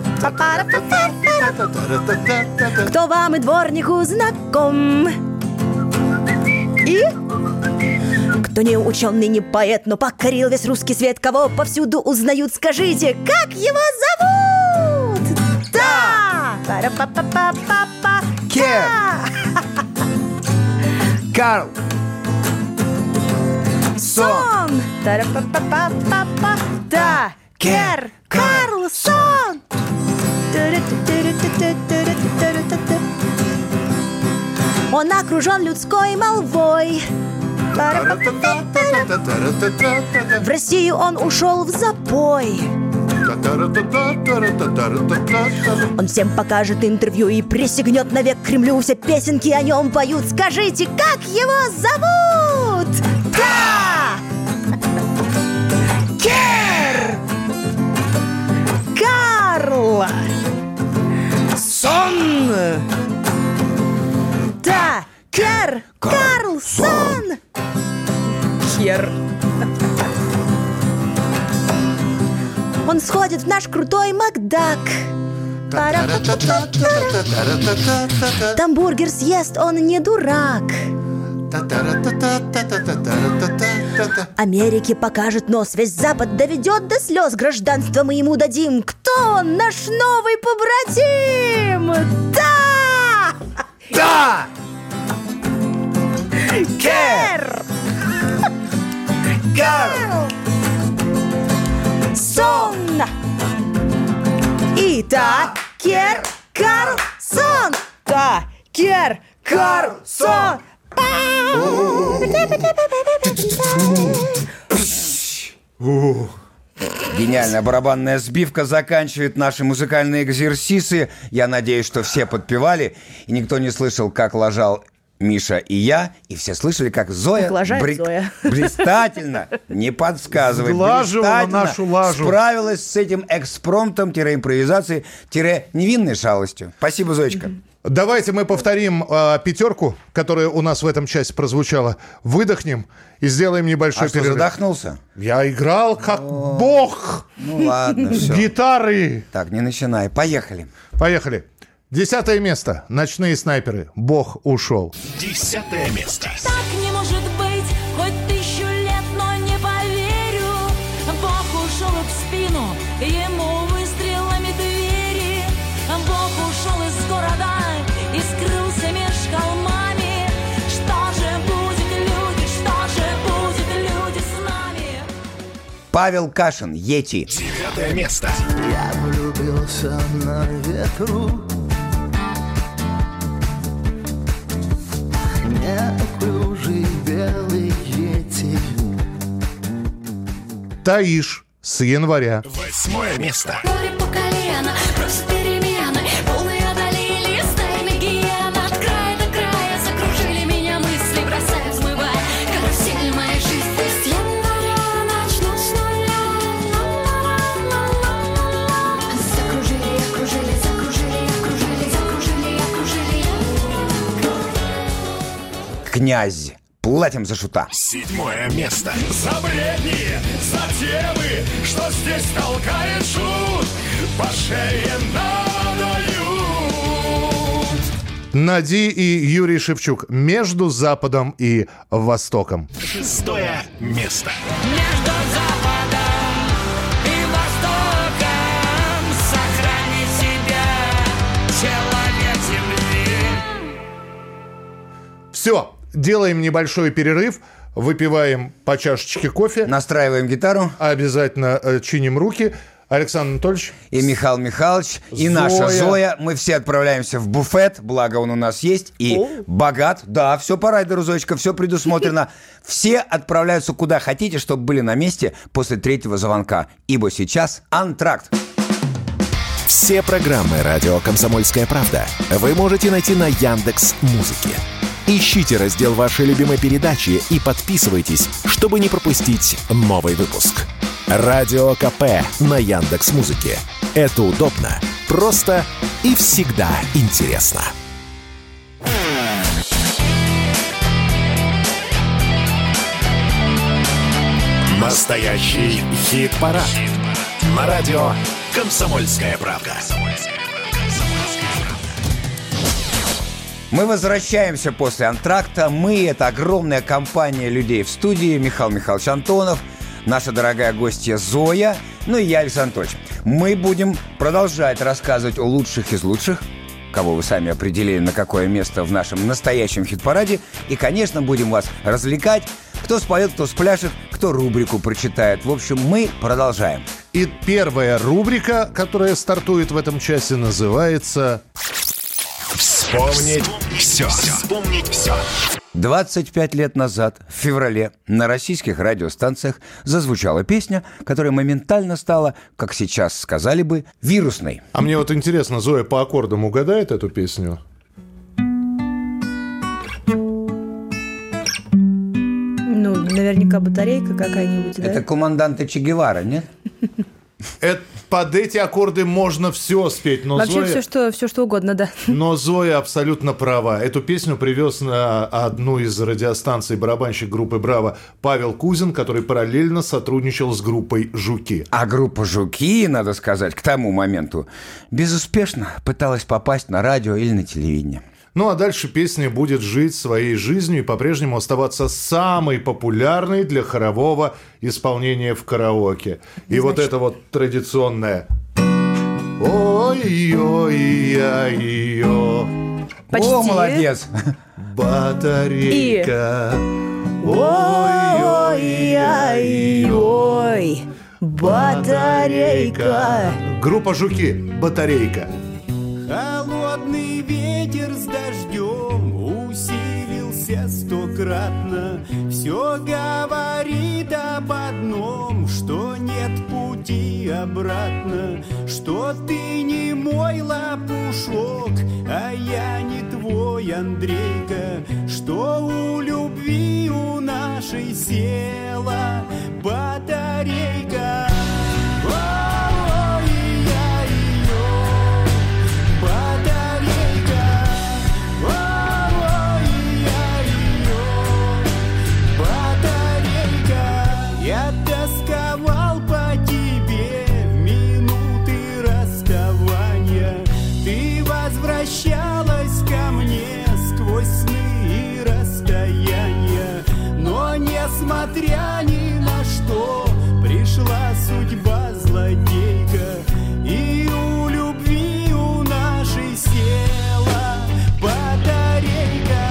Кто вам и дворнику знаком? И... Кто не ученый, не поэт, но покорил весь русский свет, кого повсюду узнают, скажите, как его зовут? Да! Кер! Карл! Сон! Да! Кер! Карлсон! Он окружен людской молвой. В Россию он ушел в запой. Он всем покажет интервью и присягнет навек Кремлю. Все песенки о нем поют. Скажите, как его зовут? Да! Кер! Карл! Сон! Да! Кер! Карлсон! Кер! Он сходит в наш крутой Макдак. Там бургер съест, он не дурак. Америке покажет нос, весь Запад доведет до слез. Гражданство мы ему дадим. Кто он, наш новый побратим? Да! Да! Кер! Карл! Сон! И Такер Карлсон! Сон! Такер Карлсон! Гениальная барабанная сбивка заканчивает наши музыкальные экзерсисы. Я надеюсь, что все подпевали, и никто не слышал, как лажал Миша и я, и все слышали, как Зоя, Как лажает бри- Зоя. блистательно, не подсказывает, Сглаживала блистательно нашу лажу. справилась с этим экспромтом-импровизацией-невинной шалостью. Спасибо, Зоечка. Давайте мы повторим э, пятерку, которая у нас в этом часе прозвучала. Выдохнем и сделаем небольшой А что, перерыв. задохнулся? Я играл как бог Ну ладно, все. гитары. Так, не начинай. Поехали. Поехали. Десятое место. Ночные снайперы. Бог ушел. Десятое место. Так не может быть, хоть тысячу лет, но не поверю. Бог ушел в спину, ему выстрелами двери. Бог ушел из города и скрылся меж холмами. Что же будет, люди, что же будет, люди с нами? Павел Кашин, Йети. Девятое место. Я влюбился на ветру. Неуклюжий белый йети. Таиш с января. Восьмое место. Горе по колено, просто перемены. Полные одолели стаями гиен. От края до края закружили меня мысли, бросая, взмывая карусель моей жизни. С января начну с нуля. Ла-ла-ла-ла-ла-ла. Закружили, окружили, закружили, окружили, закружили, окружили. Князь. Платим за шута. Седьмое место. За бредни, за темы, что здесь толкает шут, по шее надают. Нади и Юрий Шевчук. Между Западом и Востоком. Шестое место. Между Западом и Востоком сохрани себя, человек земли. Все. Делаем небольшой перерыв. Выпиваем по чашечке кофе. Настраиваем гитару. Обязательно э, чиним руки. Александр Анатольевич. И Михаил Михайлович, и Зоя. наша Зоя. Мы все отправляемся в буфет, благо он у нас есть, и О. богат. Да, все по райдеру, Зоечка, все предусмотрено. Все отправляются куда хотите, чтобы были на месте после третьего звонка. Ибо сейчас антракт. Все программы «Радио Комсомольская правда» вы можете найти на Яндекс.Музыке. Ищите раздел вашей любимой передачи и подписывайтесь, чтобы не пропустить новый выпуск. Радио КП на Яндекс.Музыке. Это удобно, просто и всегда интересно. Настоящий хит-парад. На радио «Комсомольская правда». Мы возвращаемся после антракта. Мы — это огромная компания людей в студии. Михаил Михайлович Антонов, наша дорогая гостья Зоя, ну и я, Александр Анатольевич. Мы будем продолжать рассказывать о лучших из лучших, кого вы сами определили на какое место в нашем настоящем хит-параде. И, конечно, будем вас развлекать. Кто споет, кто спляшет, кто рубрику прочитает. В общем, мы продолжаем. И первая рубрика, которая стартует в этом часе, называется... Вспомнить все. Вспомнить все. двадцать пять лет назад, в феврале, на российских радиостанциях зазвучала песня, которая моментально стала, как сейчас сказали бы, вирусной. А мне вот интересно, Зоя по аккордам угадает эту песню? Ну, наверняка батарейка какая-нибудь, да? Это команданта Че Гевара, нет? Это, под эти аккорды можно все спеть, но Вообще Зоя... все, что, все, что угодно, да. Но Зоя абсолютно права. Эту песню привез на одну из радиостанций барабанщик группы «Браво» Павел Кузин, который параллельно сотрудничал с группой «Жуки». А группа «Жуки», надо сказать, к тому моменту безуспешно пыталась попасть на радио или на телевидение. Ну а дальше песня будет жить своей жизнью и по-прежнему оставаться самой популярной для хорового исполнения в караоке. И вот это вот традиционное «Ой-ой-ой-ой». Почти. О, молодец! Батарейка. Ой-ой-ой-ой, батарейка. Группа «Жуки». Батарейка. Холодный безотрадно. Все говорит об одном, что нет пути обратно, что ты не мой лопушок, а я не твой Андрейка, что у любви у нашей села батарейка. Возвращалась ко мне сквозь сны и расстояния, но несмотря ни на что пришла судьба злодейка, и у любви у нашей села батарейка.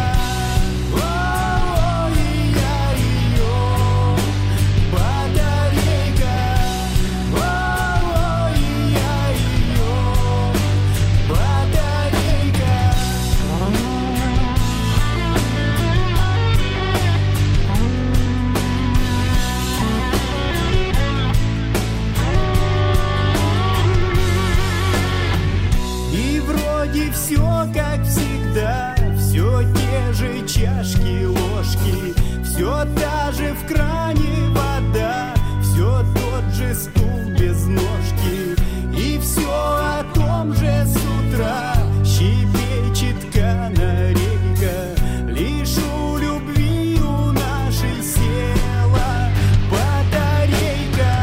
Все как всегда, все те же чашки, ложки, все та же в кране вода, все тот же стул без ножки, и все о том же с утра щебечет канарейка. Лишь у любви у нашей села батарейка.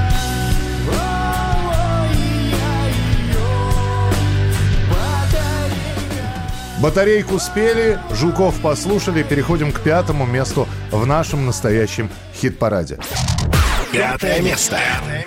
Батарейку спели, Жуков послушали. Переходим к пятому месту в нашем настоящем хит-параде. Пятое место.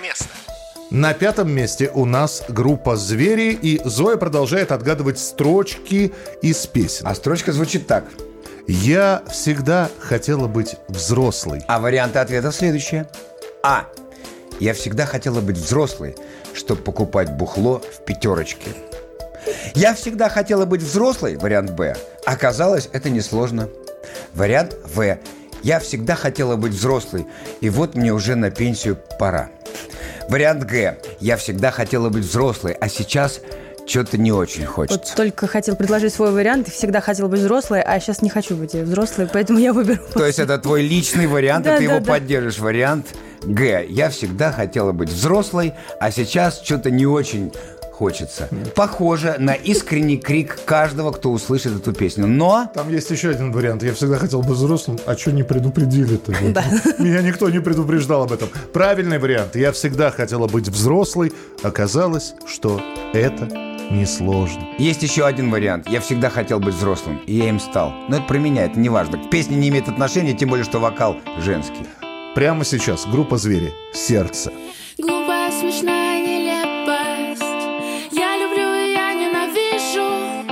На пятом месте у нас группа «Звери», и Зоя продолжает отгадывать строчки из песен. А строчка звучит так. «Я всегда хотела быть взрослой». А варианты ответа следующие. А. Я всегда хотела быть взрослой, чтобы покупать бухло в пятерочке. Я всегда хотела быть взрослой, вариант Б. Оказалось, это несложно. Вариант В. Я всегда хотела быть взрослой, и вот мне уже на пенсию пора. Вариант Г. Я всегда хотела быть взрослой, а сейчас что-то не очень хочется. Вот только хотел предложить свой вариант, и всегда хотел быть взрослой, а сейчас не хочу быть взрослой, поэтому я выберу. То есть это твой личный вариант, и да, ты да, его да. поддержишь. Вариант Г. Я всегда хотела быть взрослой, а сейчас что-то не очень хочется. Похоже на искренний крик каждого, кто услышит эту песню. Но... Там есть еще один вариант. Я всегда хотел быть взрослым, а что не предупредили-то? Да. Меня никто не предупреждал об этом. Правильный вариант. Я всегда хотела быть взрослой. Оказалось, что это несложно. Есть еще один вариант. Я всегда хотел быть взрослым, и я им стал. Но это про меня, это не важно. К песне не имеет отношения, тем более, что вокал женский. Прямо сейчас группа «Звери». «Сердце». Глупая, смешная нелепость. Я люблю и я ненавижу.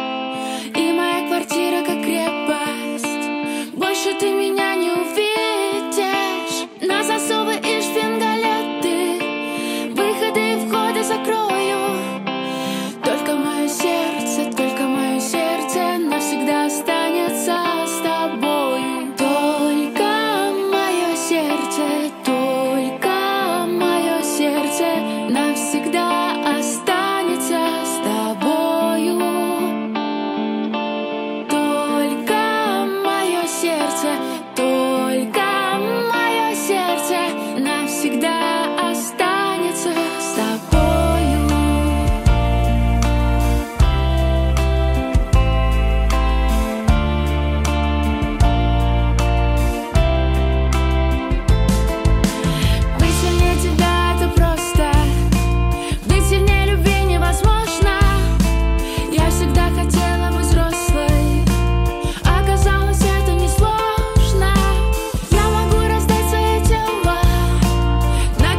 И моя квартира как крепость. Больше ты меня не увидишь. На засовы и шпингалеты. Выходы и входы закрою. Только мое сердце, только мое сердце навсегда останется с тобою. Только мое сердце, только мое сердце навсегда останется с тобою. Только мое сердце, только мое сердце навсегда останется с тобою. Быть сильнее тебя это просто. Быть сильнее любви невозможно. Я всегда хотела быть взрослой. Оказалось, это несложно. Я могу раздать свое тело на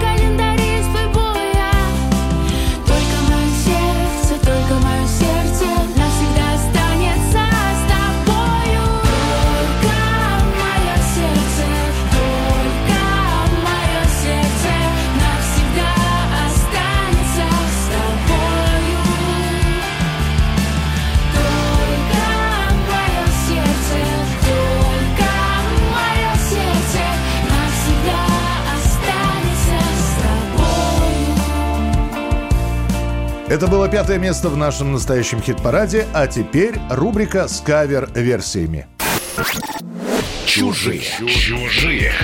Это было пятое место в нашем настоящем хит-параде, а теперь рубрика с кавер-версиями. Чужие. Чужие.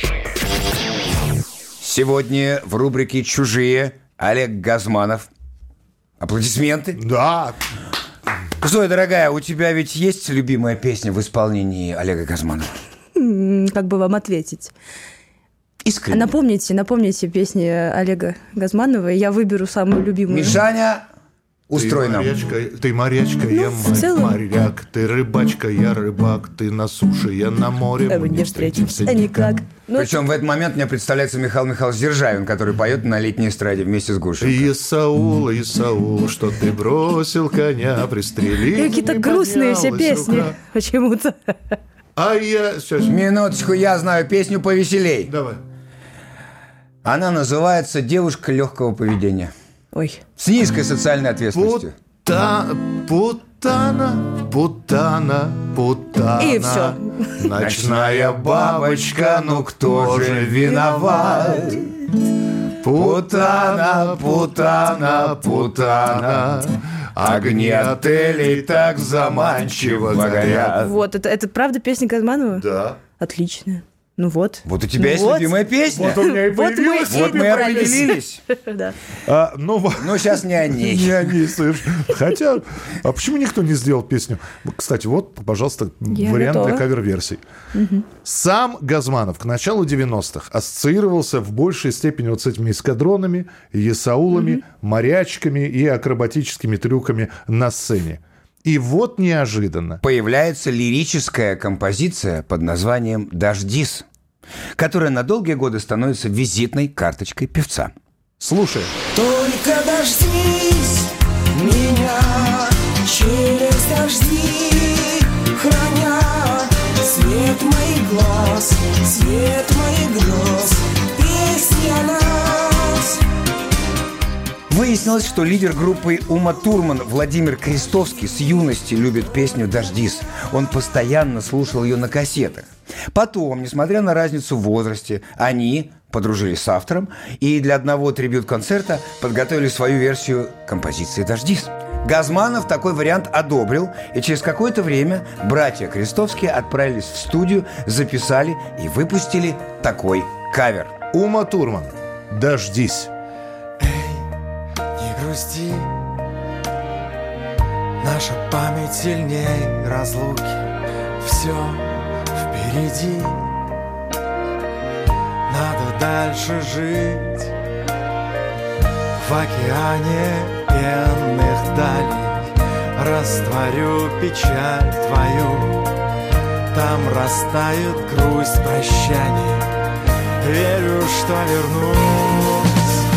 Сегодня в рубрике «Чужие» Олег Газманов. Аплодисменты. Да. Зоя, дорогая, у тебя ведь есть любимая песня в исполнении Олега Газманова? Как бы вам ответить? Искренне. Напомните, напомните песни Олега Газманова, и я выберу самую любимую. Мишаня, устрой ты нам. Морячка, ты морячка, Ну, я в целом... моряк. Ты рыбачка, я рыбак. Ты на суше, я на море. Мы не встретимся никак. Ну, Причем в этот момент мне представляется Михаил Михайлович Державин, который поет на летней эстраде вместе с Гуршей. Исаул, Исаул, что ты бросил коня, пристрелил. какие-то грустные все песни рука. почему-то. А я... Сейчас. Минуточку, я знаю песню повеселей. Давай. Она называется «Девушка легкого поведения». Ой. С низкой социальной ответственностью. Пута... Путана, путана, путана. И всё. Ночная бабочка, ну кто же виноват? Путана, путана, путана. Огни отелей так заманчиво горят. Вот, это, это правда песня Газманова? Да. Отлично. Ну вот. Вот у тебя Ну есть вот. любимая песня. Вот у меня и Вот мы появилась. и Вот мы и определились. Да. А, ну, Но сейчас не о ней. Не они, совершенно. Хотя, а почему никто не сделал песню? Кстати, вот, пожалуйста, Я вариант готова. для кавер-версий. Мгм. Сам Газманов к началу девяностых ассоциировался в большей степени вот с этими эскадронами, есаулами, морячками и акробатическими трюками на сцене. И вот неожиданно Появляется лирическая композиция под названием «Дождис», которая на долгие годы становится визитной карточкой певца. Слушай. Только дождись меня через дожди, храня свет моих глаз, свет моих грез, песни о нас. Выяснилось, что лидер группы Ума Турман Владимир Крестовский с юности любит песню «Дождис». Он постоянно слушал ее на кассетах. Потом, несмотря на разницу в возрасте, они подружились с автором и для одного трибьют-концерта подготовили свою версию композиции «Дождис». Газманов такой вариант одобрил, и через какое-то время братья Крестовские отправились в студию, записали и выпустили такой кавер. Ума Турман. «Дождись». Не грусти, наша память сильней разлуки. Все впереди, надо дальше жить. В океане пенных далей растворю печаль твою. Там растает грусть прощания. Верю, что вернусь.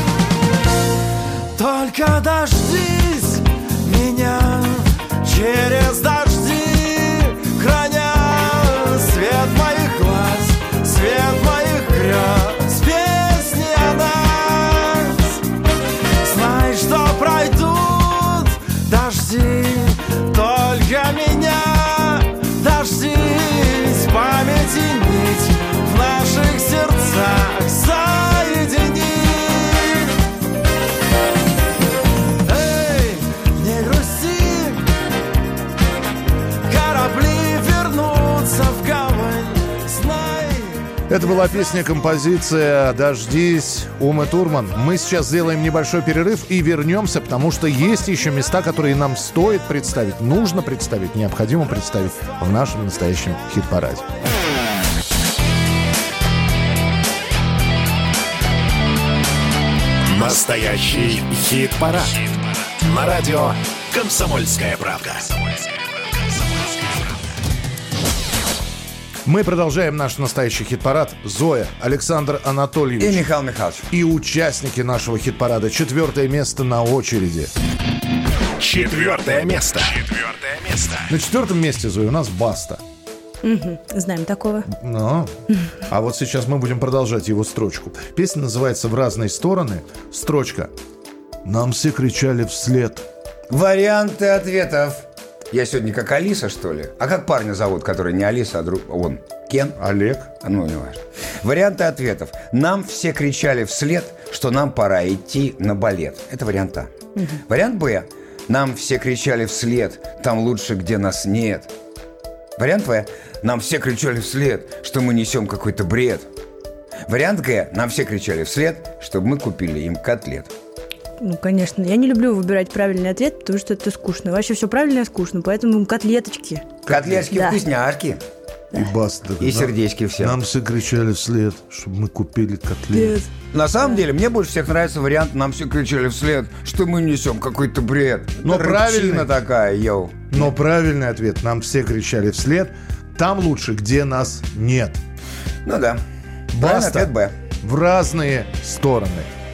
Только дождись меня через дожди, храня свет моих глаз, свет моих грез, песни о нас. Знай, что пройдут дожди, только меня дождись, памяти нить в наших сердцах соедини. Это была песня-композиция «Дождись» Умы Турман. Мы сейчас сделаем небольшой перерыв и вернемся, потому что есть еще места, которые нам стоит представить, нужно представить, необходимо представить в нашем настоящем хит-параде. Настоящий хит-парад. Хит-парад. На радио «Комсомольская правда». Мы продолжаем наш настоящий хит-парад. Зоя, Александр Анатольевич. И Михаил Михайлович. И участники нашего хит-парада. Четвертое место на очереди. Четвертое место. Четвертое место. На четвертом месте, Зоя, у нас Баста. Угу, знаем такого. Ну, а вот сейчас мы будем продолжать его строчку. Песня называется «В разные стороны». Строчка. Нам все кричали вслед. Варианты ответов. Я сегодня как Алиса, что ли? А как парня зовут, который не Алиса, а друг... Он. Кен? Олег. Ну, не важно. Варианты ответов. Нам все кричали вслед, что нам пора идти на балет. Это вариант А. Угу. Вариант Б. Нам все кричали вслед, там лучше, где нас нет. Вариант В. Нам все кричали вслед, что мы несем какой-то бред. Вариант Г. Нам все кричали вслед, чтобы мы купили им котлет. Ну, конечно. Я не люблю выбирать правильный ответ, потому что это скучно. Вообще все правильно скучно, поэтому котлеточки. Котлеточки, да. Вкусняшки. И баста. И сердечки все. Нам все кричали вслед, чтобы мы купили котлет. На самом деле, мне больше всех нравится вариант «Нам все кричали вслед, что мы несем какой-то бред». Но правильно такая, йоу. Но правильный ответ «Нам все кричали вслед, там лучше, где нас нет». Ну да. Баста. Ответ Б. В разные стороны.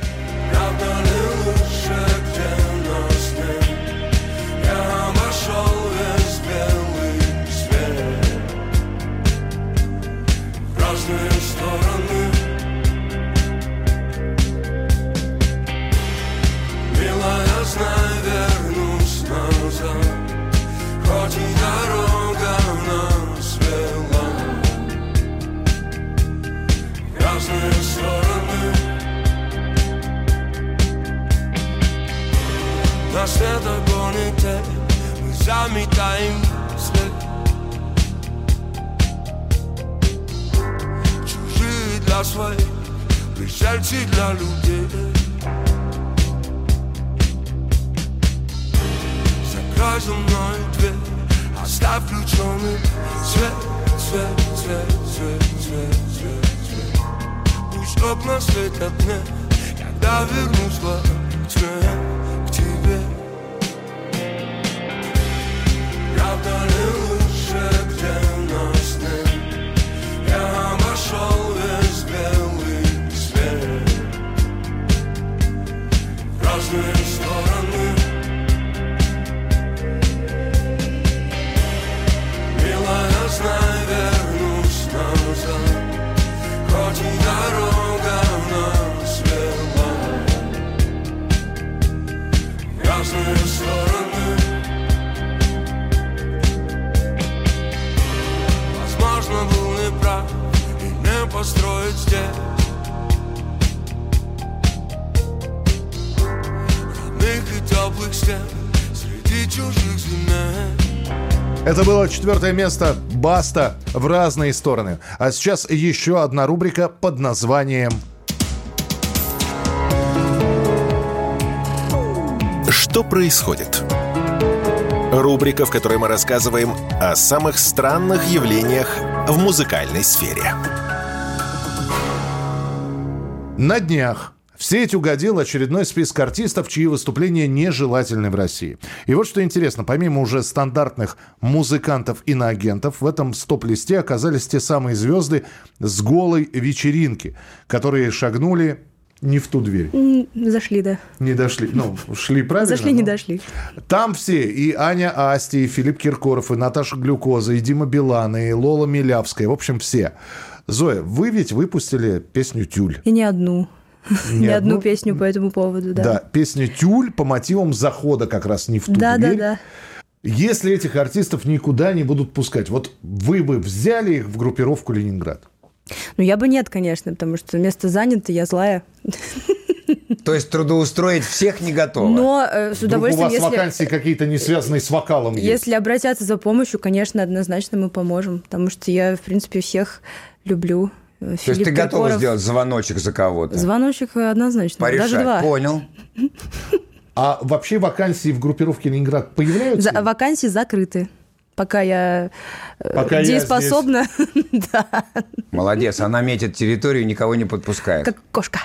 На светогоне мы заметаем след. Чужие для своих, пришельцы для людей. Закрой за мной дверь, оставь включенный свет, свет, свет, свет, свет, свет, свет. Пусть окна светят мне, когда вернусь в тьме. Правда ли лучше, где нас нет? Я обошел весь белый свет. В разные стороны. Милая, знай, вернусь назад. Хоть и дорога нас вела. В разные стороны. Возможно, был неправ и не построить здесь родных и теплых стен среди чужих земель. Это было четвертое место «Баста» в разные стороны. А сейчас еще одна рубрика под названием «Что происходит?». Рубрика, в которой мы рассказываем о самых странных явлениях в музыкальной сфере. На днях в сеть угодил очередной список артистов, чьи выступления нежелательны в России. И вот что интересно, помимо уже стандартных музыкантов-иноагентов, в этом стоп-листе оказались те самые звезды с голой вечеринки, которые шагнули не в ту дверь. Зашли, да. Не дошли. Ну, шли правильно. Зашли, не дошли. Там все. И Аня Асти, и Филипп Киркоров, и Наташа Глюкоза, и Дима Билан, и Лола Милявская. В общем, все. Зоя, вы ведь выпустили песню «Тюль». И не одну. Не, не одну, одну песню по этому поводу, да. Да, песня «Тюль» по мотивам захода как раз не в ту да, дверь. Да, да, да. Если этих артистов никуда не будут пускать, вот вы бы взяли их в группировку «Ленинград»? Ну, я бы нет, конечно, потому что место занято, я злая. То есть трудоустроить всех не готова? Но э, с удовольствием, Вдруг у вас если... вакансии какие-то не связанные с вокалом есть? Если обратятся за помощью, конечно, однозначно мы поможем, потому что я, в принципе, всех люблю. То Филипп есть ты Киркоров... готова сделать звоночек за кого-то? Звоночек однозначно, Порешать. Даже два. Понял. А вообще вакансии в группировке «Ленинград» появляются? За, вакансии закрыты. Пока я Пока дееспособна. Да. Молодец, она метит территорию, никого не подпускает. Как кошка.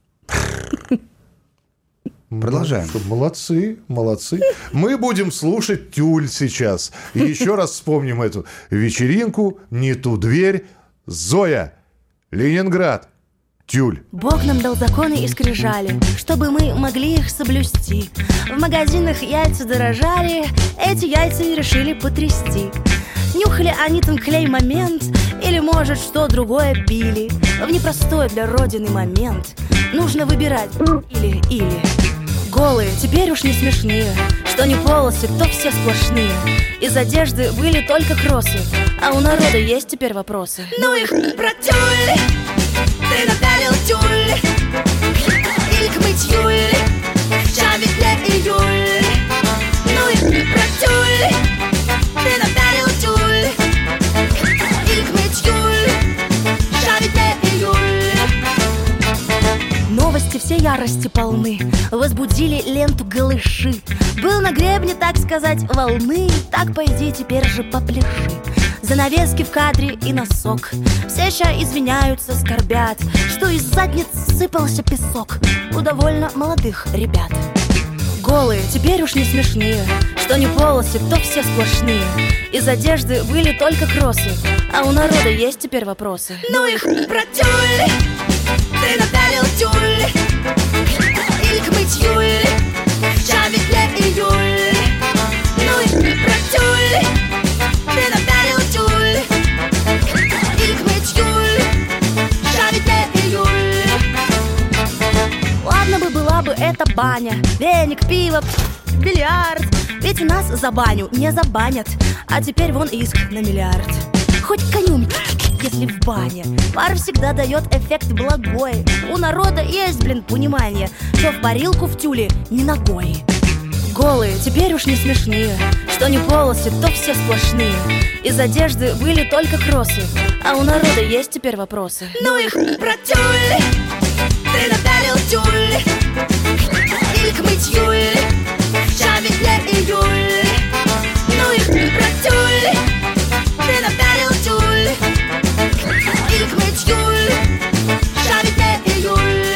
Продолжаем. Молодцы, молодцы. Мы будем слушать «Тюль» сейчас. И еще раз вспомним эту вечеринку, не ту дверь. Зоя, Ленинград, «Тюль». Бог нам дал законы и скрижали, чтобы мы могли их соблюсти. В магазинах яйца дорожали, эти яйца и решили потрясти. Нюхали они там клей момент, или, может, что другое пили. В непростой для Родины момент нужно выбирать или-или. Голые, теперь уж не смешные, что не полосы, то все сплошные. Из одежды были только кроссы, а у народа есть теперь вопросы. Ну их про тюль, ты напялил тюль. новости все ярости полны. Возбудили ленту голыши. Был на гребне, так сказать, волны. Так пойди теперь же попляши. Занавески в кадре и носок. Все ща извиняются, скорбят, что из задниц сыпался песок у довольно молодых ребят. Голые, теперь уж не смешные, что не полосы, то все сплошные. Из одежды были только кроссы, а у народа есть теперь вопросы. Ну их про тюль, ты напялил тюль, или к мытью, ща ведь не июль. Ну их про тюль, ты напялил тюль, или к мытью, ща ведь не июль. Ладно бы была бы эта баня, веник, пиво, бильярд. Ведь у нас за баню не забанят, а теперь вон иск на миллиард. Хоть конюм, если в бане. Пар всегда дает эффект благой. У народа есть, блин, понимание, что в парилку в тюле не ногой. Голые, теперь уж не смешные, что не полосы, то все сплошные. Из одежды были только кроссы, а у народа есть теперь вопросы. Ну их про тюль, ты напялил тюль, или к мытью, ща ведь не июль. Ну их про тюль, ты напялил тюль, или к мытью, ща ведь не июль.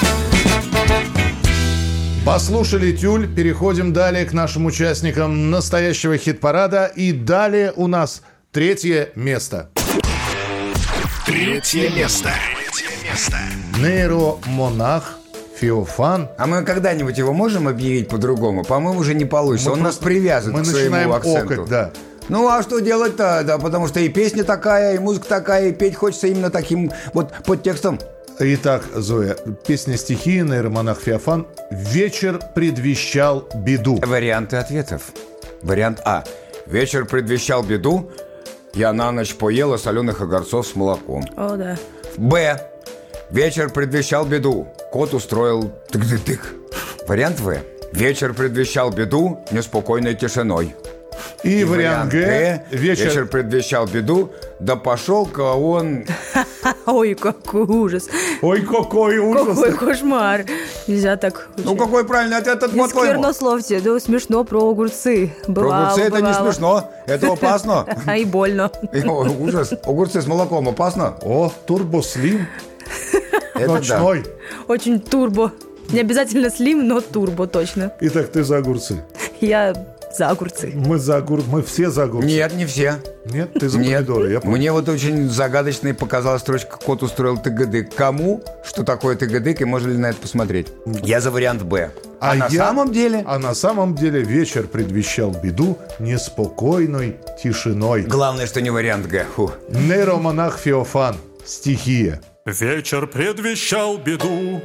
Послушали тюль, переходим далее к нашим участникам настоящего хит-парада. И далее у нас третье место. Третье место. Третье место. Нейромонах Феофан. А мы когда-нибудь его можем объявить по-другому? По-моему, уже не получится. Мы Он нас просто- привязан мы к своему начинаем акценту. окать, да. Ну, а что делать-то? Да, потому что и песня такая, и музыка такая, и петь хочется именно таким вот подтекстом. Итак, Зоя, песня стихии, нейромонах Феофан. «Вечер предвещал беду». Варианты ответов. Вариант А. Вечер предвещал беду. Я на ночь поела соленых огурцов с молоком. О, да. Б. Вечер предвещал беду. Кот устроил тык-тык-тык. Вариант В. Вечер предвещал беду неспокойной тишиной. И, И вариант Г. Вечер... Вечер... предвещал беду. Да пошел-ка он... Ой, какой ужас. Ой, какой ужас. Какой кошмар. Нельзя так. Ну, какой правильный ответ, Не по-твоему? сквернословьте. Да смешно про огурцы. Про Бывало, огурцы это не бывало. смешно. Это опасно. А и больно. И, о, ужас. Огурцы с молоком опасно. О, турбослим. Это Ночной. Очень турбо. Не обязательно слим, но турбо точно. Итак, ты за огурцы. Я за огурцы. Мы за огурцы. Мы все за огурцы. Нет, не все. Нет, ты за Нет. помидоры. Я понял. Мне вот очень загадочной показалась строчка «Кот устроил тыгадык». Кому? Что такое тыгадык и можно ли на это посмотреть? Я за вариант «Б». А, А на я- самом деле... А на самом деле вечер предвещал беду неспокойной тишиной. Главное, что не вариант «Г». Фу. Нейромонах Феофан. Стихия. Вечер предвещал беду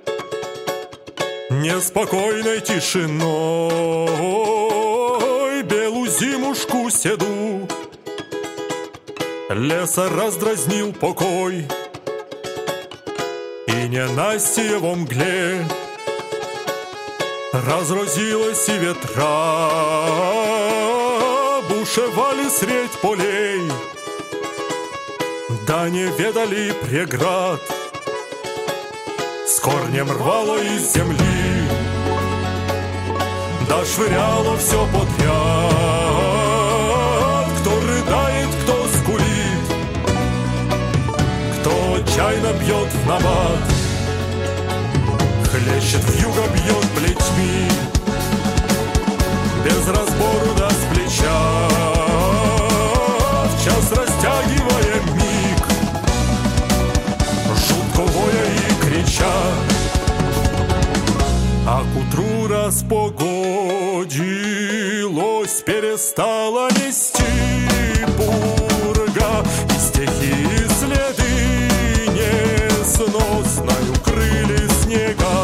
неспокойной тишиной, белую зимушку седу. Леса раздразнил покой, и ненастье во мгле разразилось и ветра бушевали средь полей, да не ведали преград, с корнем рвало из земли, да швыряло все подряд. Кто рыдает, кто скулит, кто отчаянно бьет в набат, хлещет вьюга, бьет плетьми, без разбору да с плеча, в час растягивая миг, жутко воя и крича. А к утру распогодилось, перестала нести пурга, и стихии следы несносною укрыли снега.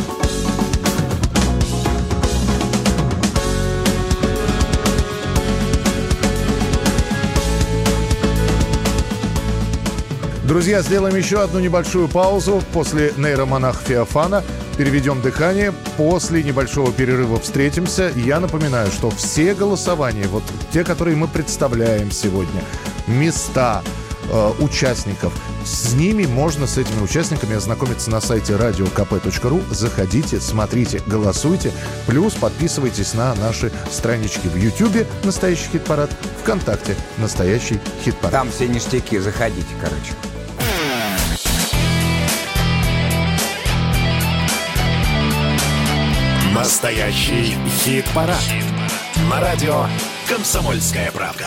Друзья, сделаем еще одну небольшую паузу. После нейромонах Феофана переведем дыхание. После небольшого перерыва встретимся. Я напоминаю, что все голосования, вот те, которые мы представляем сегодня, места, э, участников. С ними можно, с этими участниками, ознакомиться на сайте радио ка пэ точка ру. Заходите, смотрите, голосуйте. Плюс подписывайтесь на наши странички в Ютьюбе «Настоящий хит-парад», ВКонтакте «Настоящий хит-парад». Там все ништяки, заходите, короче. Настоящий хит-парад. Хит-парад. На радио «Комсомольская правда».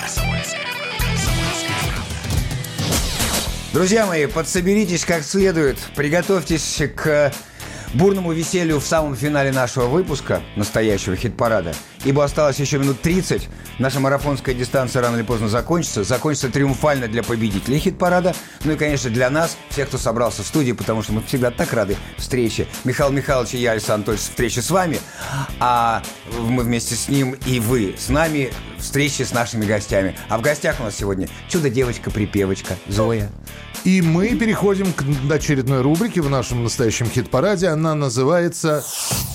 Друзья мои, подсоберитесь как следует. Приготовьтесь к бурному веселью в самом финале нашего выпуска настоящего хит-парада. Ибо осталось еще минут тридцать. Наша марафонская дистанция рано или поздно закончится. Закончится триумфально для победителей хит-парада. Ну и, конечно, для нас, всех, кто собрался в студии, потому что мы всегда так рады встрече. Михаил Михайлович и я, Александр Анатольевич, встречи с вами. А мы вместе с ним и вы с нами встречи с нашими гостями. А в гостях у нас сегодня чудо-девочка-припевочка Зоя. И мы переходим к очередной рубрике в нашем настоящем хит-параде. Она называется...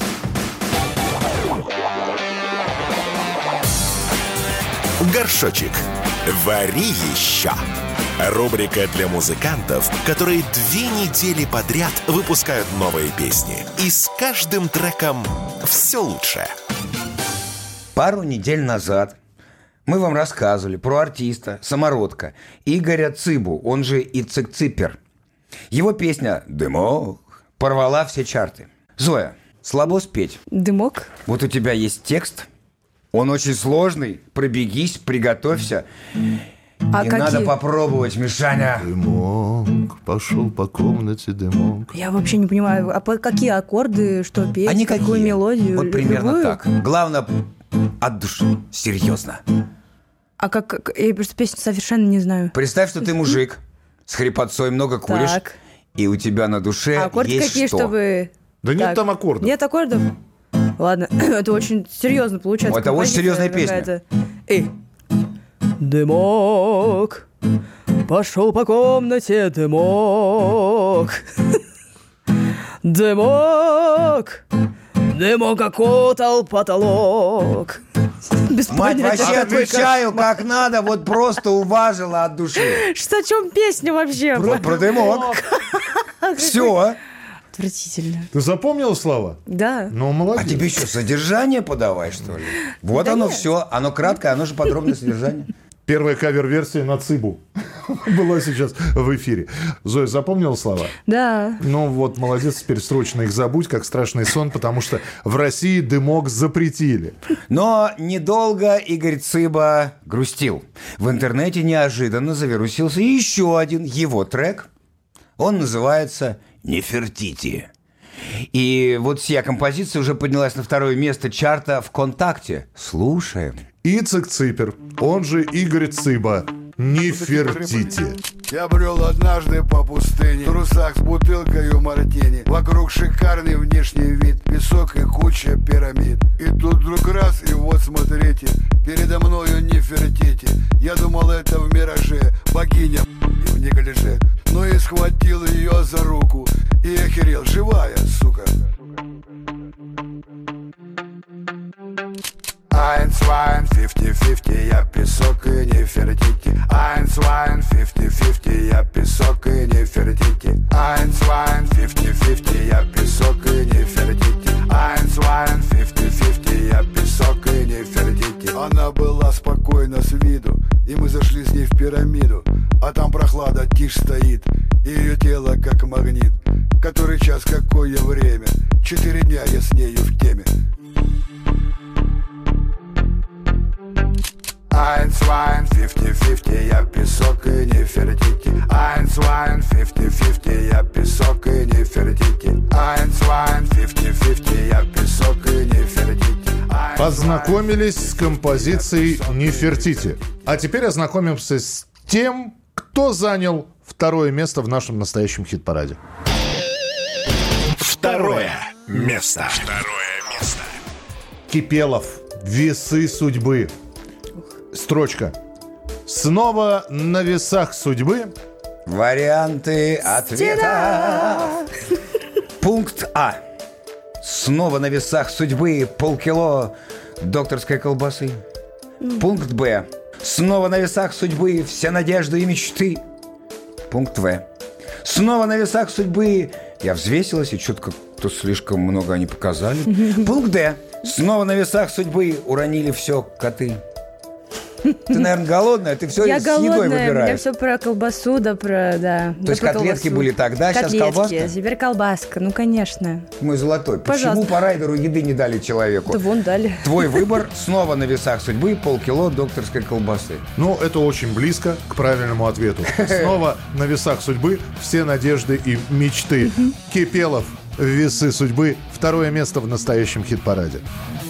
Горшочек. Вари еще. Рубрика для музыкантов, которые две недели подряд выпускают новые песни. И с каждым треком все лучше. Пару недель назад мы вам рассказывали про артиста, самородка Игоря Цыбу, он же Ицек Ципер. Его песня «Дымок» порвала все чарты. Зоя, слабо спеть. Дымок? Вот у тебя есть текст, он очень сложный, пробегись, приготовься. А и какие? Надо попробовать, Мишаня. Дымок, пошел по комнате дымок. Я вообще не понимаю, а по какие аккорды, что петь, А никакие. какую мелодию? Вот примерно любую? так. Главное, от души, серьезно. А как, как... Я просто песню совершенно не знаю. Представь, что ты мужик, с хрипотцой много куришь, Так. и у тебя на душе А аккорды есть какие, что? чтобы... Да нет Так. там аккордов. Нет аккордов? Ладно, это очень серьезно получается. Это очень композиция серьезная песня. какая-то. Эй. Дымок, пошел по комнате дымок. Дымок, дымок окутал потолок. Без Мать, понятия, вообще какой отвечаю, кошмар. как надо, вот просто уважила от души. Что, о чем песня вообще? Про, про дымок. Все. Отвратительно. Ты запомнила слова? Да. Ну, молодец. А тебе что, содержание подавай, что ли? Вот Да оно нет. все. Оно краткое, оно же подробное содержание. Первая кавер-версия на Цыбу была сейчас в эфире. Зоя, запомнила слова? Да. Ну вот, молодец, теперь срочно их забудь, как страшный сон, потому что в России дымок запретили. Но недолго Игорь Цыба грустил. В интернете неожиданно завирусился еще один его трек. Он называется «Нефертити». И вот сия композиция уже поднялась на второе место чарта ВКонтакте. Слушаем. Ицек Ципер, он же Игорь Цыба. Нефертити. Я брел однажды по пустыне, в трусах с бутылкой мартини. Вокруг шикарный внешний вид, песок и куча пирамид. И тут вдруг раз, и вот смотрите, передо мною Нефертити. Я думал, это в мираже богиня и в неглиже. Ну и схватил ее за руку и охерел, живая, сука. Eins, zwei, fifty-fifty, я песок и Нефертити. Eins, zwei, fifty-fifty, я песок и Нефертити. Eins, zwei, fifty-fifty, я песок и Нефертити. Eins, zwei, fifty-fifty, я песок и Нефертити. Она была спокойна с виду, и мы зашли с ней в пирамиду. А там прохлада, тишь стоит, и ее тело как магнит. Который час, какое время, четыре дня я с нею в теме. Eins, zwei, fifty-fifty, я песок и Нефертити. Eins, zwei, fifty-fifty, я песок и Нефертити. Eins, zwei, fifty-fifty, я песок и Нефертити. Познакомились с композицией «Нефертити». А теперь ознакомимся с тем, кто занял второе место в нашем настоящем хит-параде. Второе место. Второе место. Кипелов. «Весы судьбы». Строчка. Снова на весах судьбы. Варианты ответа. Пункт А. Снова на весах судьбы полкило докторской колбасы. Пункт Б. Снова на весах судьбы все надежды и мечты. Пункт В. Снова на весах судьбы. Я взвесилась, и что-то как-то слишком много они показали. Пункт Д. Снова на весах судьбы уронили все коты. Ты, наверное, голодная, ты все Я с едой голодная, у меня выбираешь. все про колбасу, да, про, да. То есть котлетки были тогда, сейчас колбаска? Котлетки, теперь колбаска, ну, конечно. Мой золотой, Пожалуйста. почему по райдеру еды не дали человеку? Да вон дали. Твой выбор. Снова на весах судьбы полкило докторской колбасы. Ну, это очень близко к правильному ответу. Снова на весах судьбы все надежды и мечты. Кипелов, весы судьбы. Второе место в настоящем хит-параде.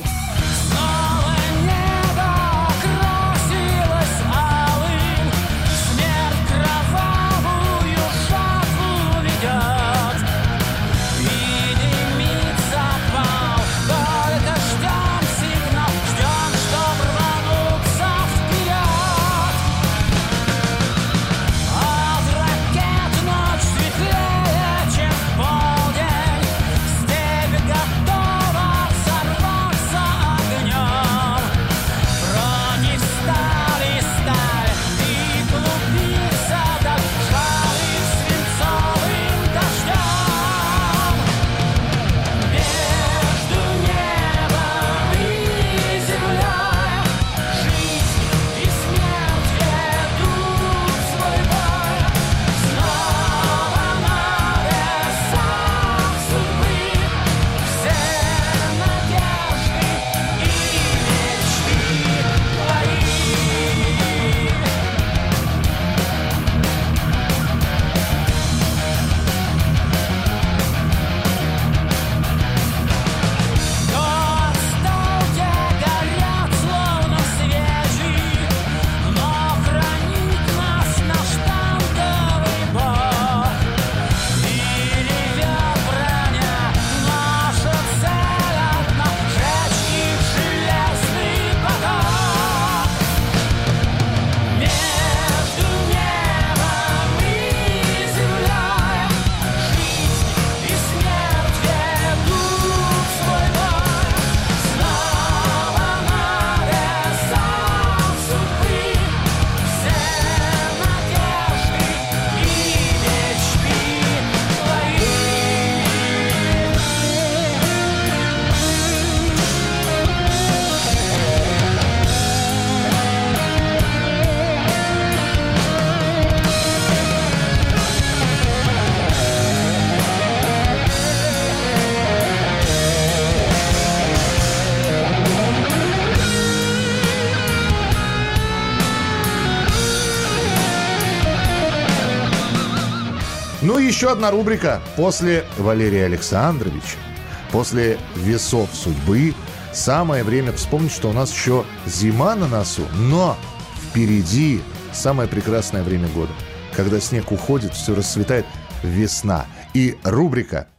Ну и еще одна рубрика. После Валерия Александровича, после «Весов судьбы», самое время вспомнить, что у нас еще зима на носу, но впереди самое прекрасное время года. Когда снег уходит, все расцветает, весна. И рубрика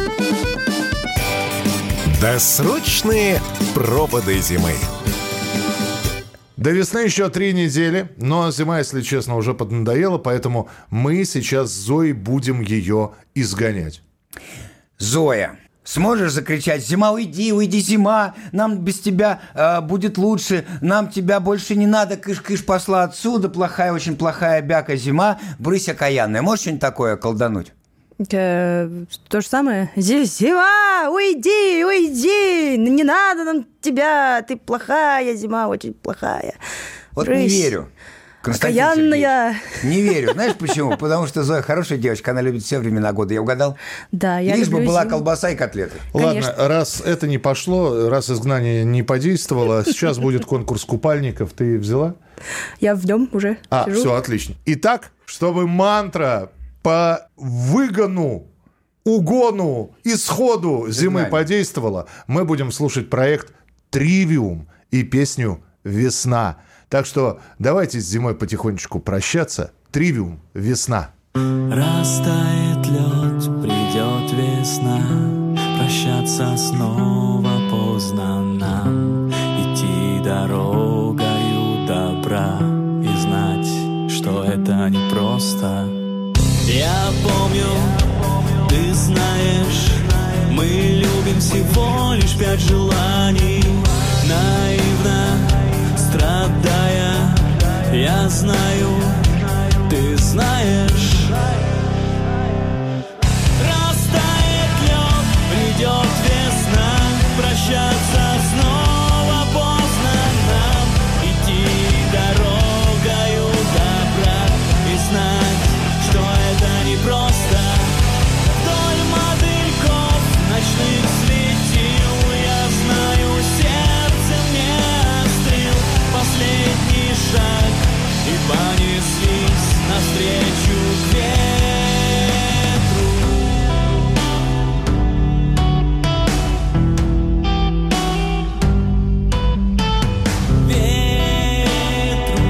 «Досрочные проводы зимы». До весны еще три недели, но зима, если честно, уже поднадоела, поэтому мы сейчас с Зоей будем ее изгонять. Зоя, сможешь закричать: «Зима, уйди, уйди, зима, нам без тебя э, будет лучше, нам тебя больше не надо, кыш-кыш, посла отсюда, плохая, очень плохая бяка зима, брысь окаянная». Можешь что-нибудь такое колдануть? Э, то же самое. Зима, уйди, уйди, не надо нам тебя, ты плохая, зима очень плохая. Вот Брысь. не верю. Константин Окаянная. Сергеевич, не верю. Знаешь почему? Потому что Зоя хорошая девочка, она любит все времена года. Я угадал? Да, я Лишь люблю бы была зиму. колбаса и котлеты. Ладно, раз это не пошло, раз изгнание не подействовало, сейчас будет конкурс купальников. Ты взяла? Я в нем уже А, сижу. все, отлично. Итак, чтобы мантра по выгону, угону, исходу зимы Изгнание. подействовала, мы будем слушать проект «Тривиум» и песню «Весна». Так что давайте с зимой потихонечку прощаться. «Тривиум», «Весна». Растает лед, придет весна, прощаться снова поздно нам, идти дорогою добра и знать, что это непросто. Я помню, ты знаешь, мы любим всего лишь пять желаний, наивно страдая. Я знаю, ты знаешь, прощаться снова поздно нам. Идти дорогою добра и знать, что это не просто. Вдоль мотыльков ночных светил, я знаю, сердце мне острил последний шаг, и понеслись навстречу к ветру. Ветру.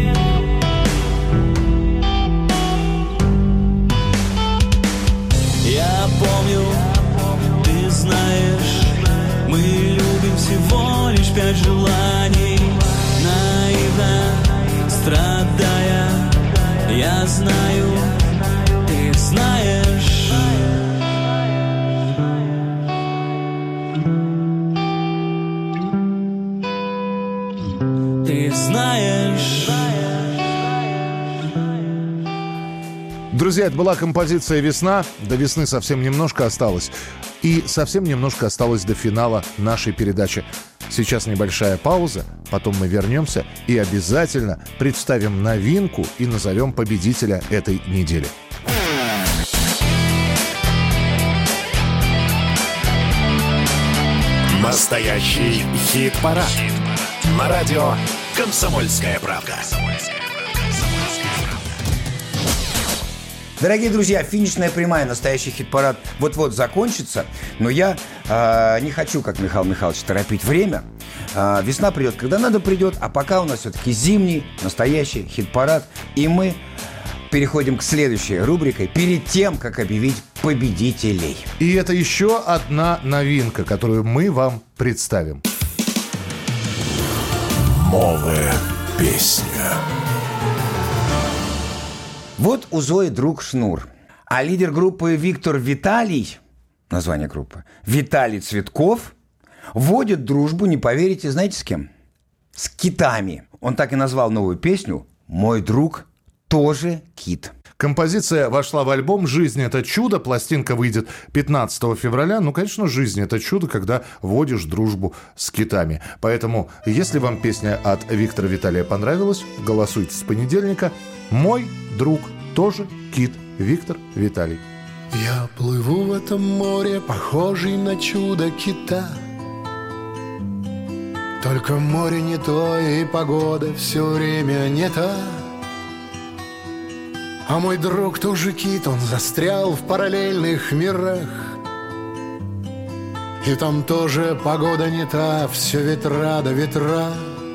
Я помню, ты знаешь, мы любим всего лишь пять желаний, наивно страдая. Я знаю, ты знаешь. Ты знаешь. Друзья, это была композиция «Весна». До весны совсем немножко осталось. И совсем немножко осталось до финала нашей передачи. Сейчас небольшая пауза, потом мы вернемся и обязательно представим новинку и назовем победителя этой недели. Настоящий хит-парад. Хит на радио «Комсомольская правда». Дорогие друзья, финишная прямая, настоящий хит-парад вот-вот закончится, но я э, не хочу, как Михаил Михайлович, торопить время. Э, весна придет, когда надо придет, а пока у нас все-таки зимний, настоящий хит-парад, и мы переходим к следующей рубрике перед тем, как объявить победителей. И это еще одна новинка, которую мы вам представим. Новая песня. Вот у Зои друг Шнур, а лидер группы Виктор Виталий, название группы, Виталий Цветков, вводит дружбу, не поверите, знаете с кем? С китами. Он так и назвал новую песню «Мой друг тоже кит». Композиция вошла в альбом «Жизнь – это чудо». Пластинка выйдет пятнадцатого февраля. Ну, конечно, жизнь – это чудо, когда вводишь дружбу с китами. Поэтому, если вам песня от Виктора Виталия понравилась, голосуйте с понедельника. «Мой друг тоже кит». Виктор Виталий. Я плыву в этом море, похожий на чудо кита. Только море не то, и погода все время не та. А мой друг тоже кит, он застрял в параллельных мирах. И там тоже погода не та, все ветра да ветра.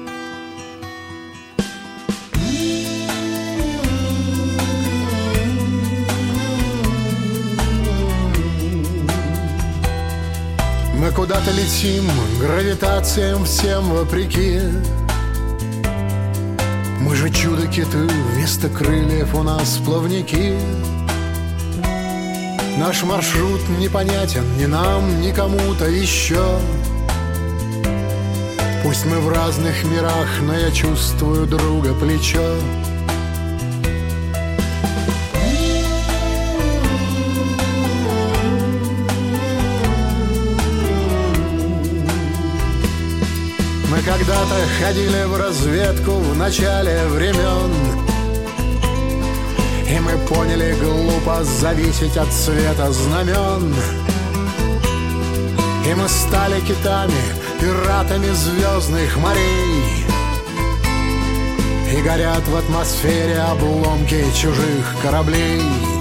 Мы куда-то летим, гравитациям всем вопреки. Мы же чудо-киты, вместо крыльев у нас плавники. Наш маршрут непонятен ни нам, ни кому-то еще. Пусть мы в разных мирах, но я чувствую друга плечо. Мы когда-то ходили в разведку в начале времен, и мы поняли, глупо зависеть от цвета знамен. И мы стали китами, пиратами звездных морей, и горят в атмосфере обломки чужих кораблей.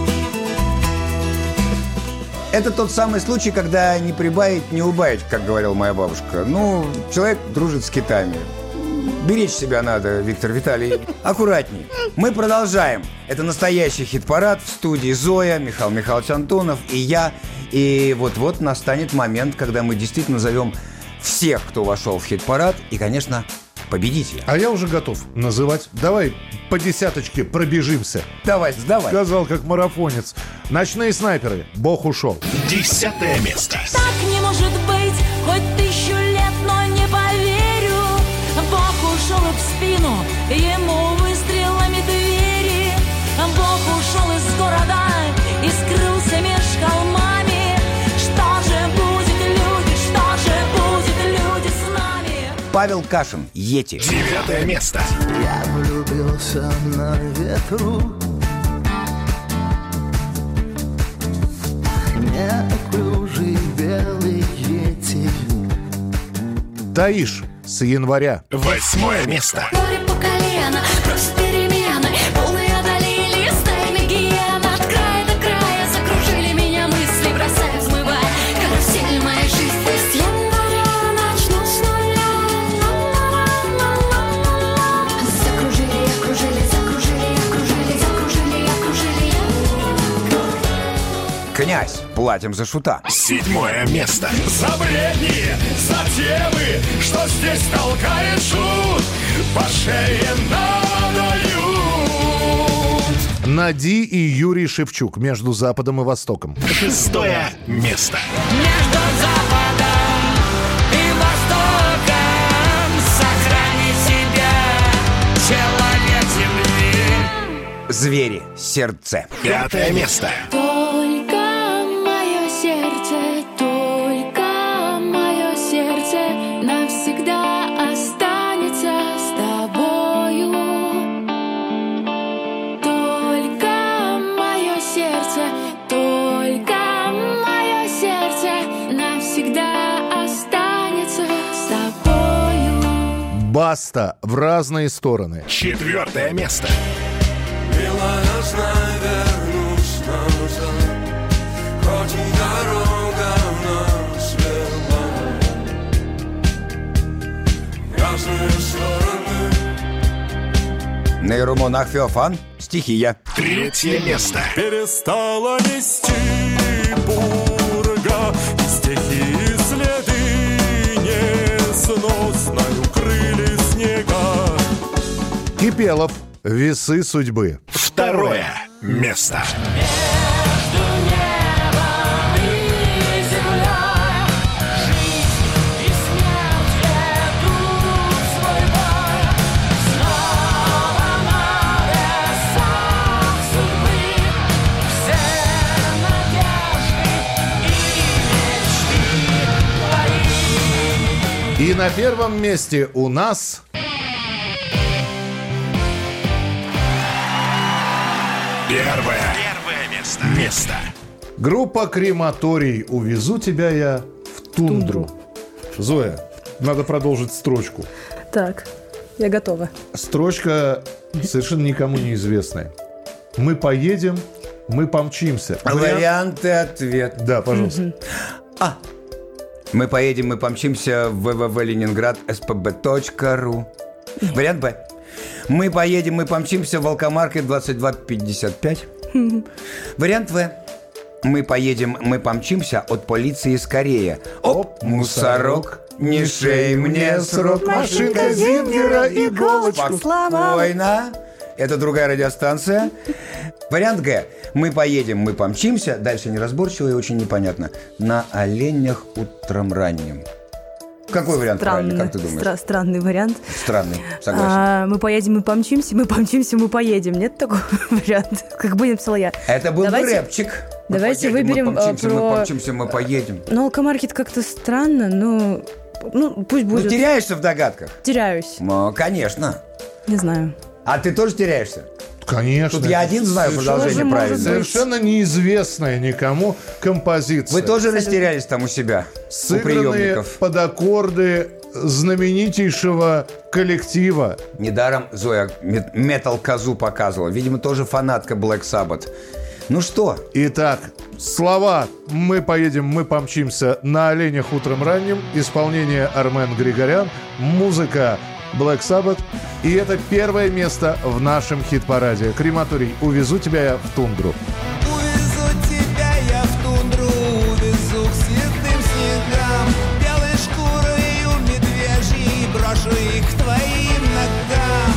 Это тот самый случай, когда не прибавить, не убавить, как говорила моя бабушка. Ну, человек дружит с китами. Беречь себя надо, Виктор Виталий. Аккуратней. Мы продолжаем. Это настоящий хит-парад. В студии Зоя, Михаил Михайлович Антонов и я. И вот-вот настанет момент, когда мы действительно назовем всех, кто вошел в хит-парад. И, конечно, победителя. А я уже готов называть. Давай по десяточке пробежимся. Давай, давай. Сказал, как марафонец. «Ночные снайперы». «Бог ушел». Десятое место. Так не может быть, хоть тысячу лет, но не поверю. Бог ушел в спину, ему выстрелами двери. Бог ушел из города и скрылся меж холмами. Что же будет, люди, что же будет, Павел Кашин, «Йети». Девятое место. Я влюбился на ветру. Неуклюжий белый йети. Таиш с января. Восьмое место. Горе по колено, просто перемены. Полные одолели, стаями гиен. От края до края закружили меня мысли, бросая, взмывая карусель моей жизни. С января начну с нуля. Закружили, окружили, закружили, окружили, закружили, окружили. Князь, «Платим за шута». Седьмое место. За бредни, за темы, что здесь толкает шут, по шее надают. Нади и Юрий Шевчук «Между Западом и Востоком». Шестое место. Между Западом и Востоком сохрани себя, человек земли. «Звери. Сердце». Пятое место. Только мое сердце, только мое сердце навсегда останется с тобою. Только мое сердце, только мое сердце навсегда останется с тобою. Баста в разные стороны. Четвертое место. Милая, знай, вернусь назад, хоть и дорога нас вела. Разные стороны. Нейромонах Феофан, «Стихия». Третье место. Перестала нести пурга, и стихи следы несносною крыли снега. Кипелов «Весы судьбы». Второе место. И на первом месте у нас... Первое. Первое место. Место. Группа «Крематорий». «Увезу тебя я в тундру». Зоя, надо продолжить строчку. Так, я готова. Строчка совершенно никому неизвестная. Мы поедем, мы помчимся. Варианты ответ. Да, пожалуйста. А. Мы поедем, мы помчимся в вэ вэ вэ Ленинград эс пэ бэ точка ру. Вариант Б. Мы поедем, мы помчимся в Волкомаркет двадцать два пятьдесят пять. Вариант В. Мы поедем, мы помчимся от полиции скорее. Оп, мусорок, не шей мне срок. Машинка Зингера, иголочку. Спокойно. Это другая радиостанция. Вариант Г. Мы поедем, мы помчимся. Дальше неразборчиво и очень непонятно. На оленях утром ранним. Какой вариант Странный, правильный, как ты думаешь? стра- странный вариант. Странный, согласен. А, мы поедем, мы помчимся, мы помчимся, мы поедем. Нет такого варианта? Как бы написала я. Это был давайте, бы рэпчик. Мы Давайте поедем, выберем мы помчимся, про... мы помчимся, мы поедем. Ну, Алкомаркет как-то странно, но... Ну, пусть будет. Ну, теряешься в догадках? Теряюсь. Ну, конечно. Не знаю. А ты тоже теряешься? Конечно. Тут я один знаю продолжение правильно. Совершенно неизвестная никому композиция. Вы тоже растерялись там у себя, у Сыгранные приемников. под аккорды знаменитейшего коллектива. Недаром Зоя метал-козу показывала. Видимо, тоже фанатка Black Sabbath. Ну что? Итак, слова «Мы поедем, мы помчимся на оленях утром ранним». Исполнение Армен Григорян. Музыка Black Sabbath. И это первое место в нашем хит-параде. Крематорий «Увезу тебя я в тундру». Увезу тебя я в тундру, увезу к светлым снегам, белой шкурою медвежьей брошу их к твоим ногам.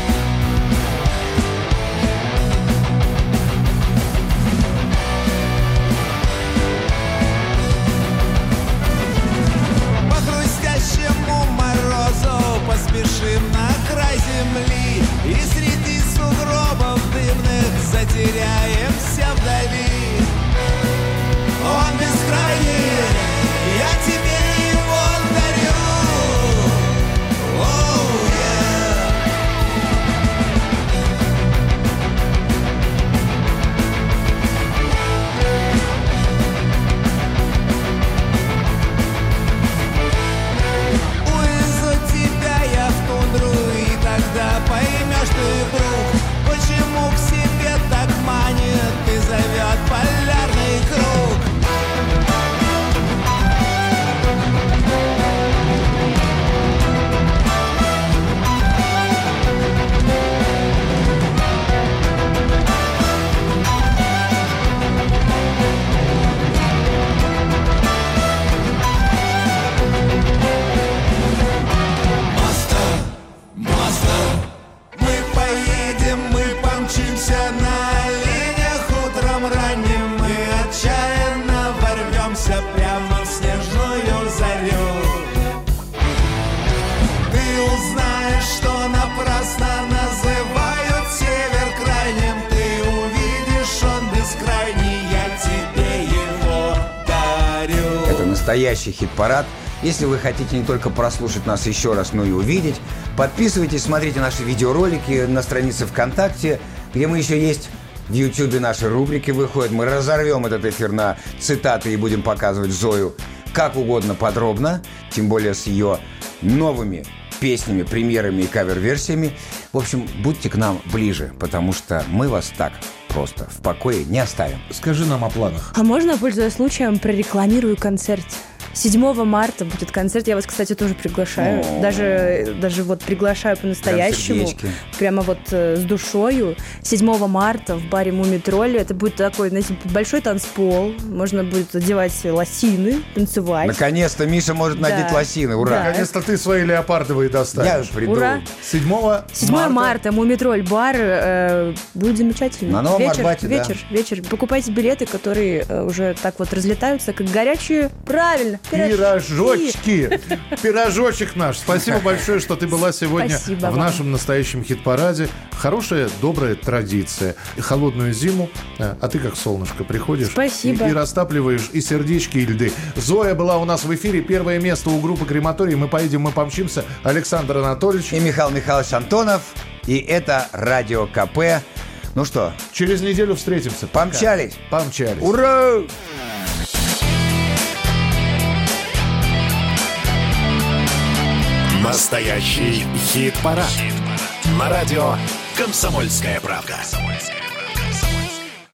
По хрустящему морозу поспешим на край земли, и среди сугробов дымных затеряемся настоящий хит-парад. Если вы хотите не только прослушать нас еще раз, но и увидеть, подписывайтесь, смотрите наши видеоролики на странице ВКонтакте, где мы еще есть. В Ютьюбе наши рубрики выходят. Мы разорвем этот эфир на цитаты и будем показывать Зою как угодно подробно, тем более с ее новыми песнями, премьерами и кавер-версиями. В общем, будьте к нам ближе, потому что мы вас так просто в покое не оставим. Скажи нам о планах. А можно, пользуясь случаем, прорекламирую концерт? седьмого марта будет концерт. Я вас, кстати, тоже приглашаю. О. Даже, даже вот приглашаю по-настоящему. Прям Прямо вот э, с душою. седьмого марта в баре «Мумий-тролль». Это будет такой, знаете, большой танцпол. Можно будет одевать лосины, танцевать. Наконец-то Миша может надеть Да. лосины. Ура! Да. Наконец-то ты свои леопардовые достанешь. Я приду. Ура! седьмого седьмого марта «Мумий-тролль» бар. Э, будет замечательно. На Новом вечер, Арбате, да. вечер, вечер. Покупайте билеты, которые э, уже так вот разлетаются, как горячие. Правильно. Пирожочки. Пирожочек наш. Спасибо большое, что ты была сегодня Спасибо в вам. нашем настоящем хит-параде. Хорошая, добрая традиция. И холодную зиму, а ты как солнышко приходишь. Спасибо. И, и растапливаешь и сердечки, и льды. Зоя была у нас в эфире. Первое место у группы «Крематорий». Мы поедем, мы помчимся. Александр Анатольевич. И Михаил Михайлович Антонов. И это Радио КП. Ну что? Через неделю встретимся. Пока. Помчались. Помчались. Ура! Настоящий хит-парад. На радио «Комсомольская правда».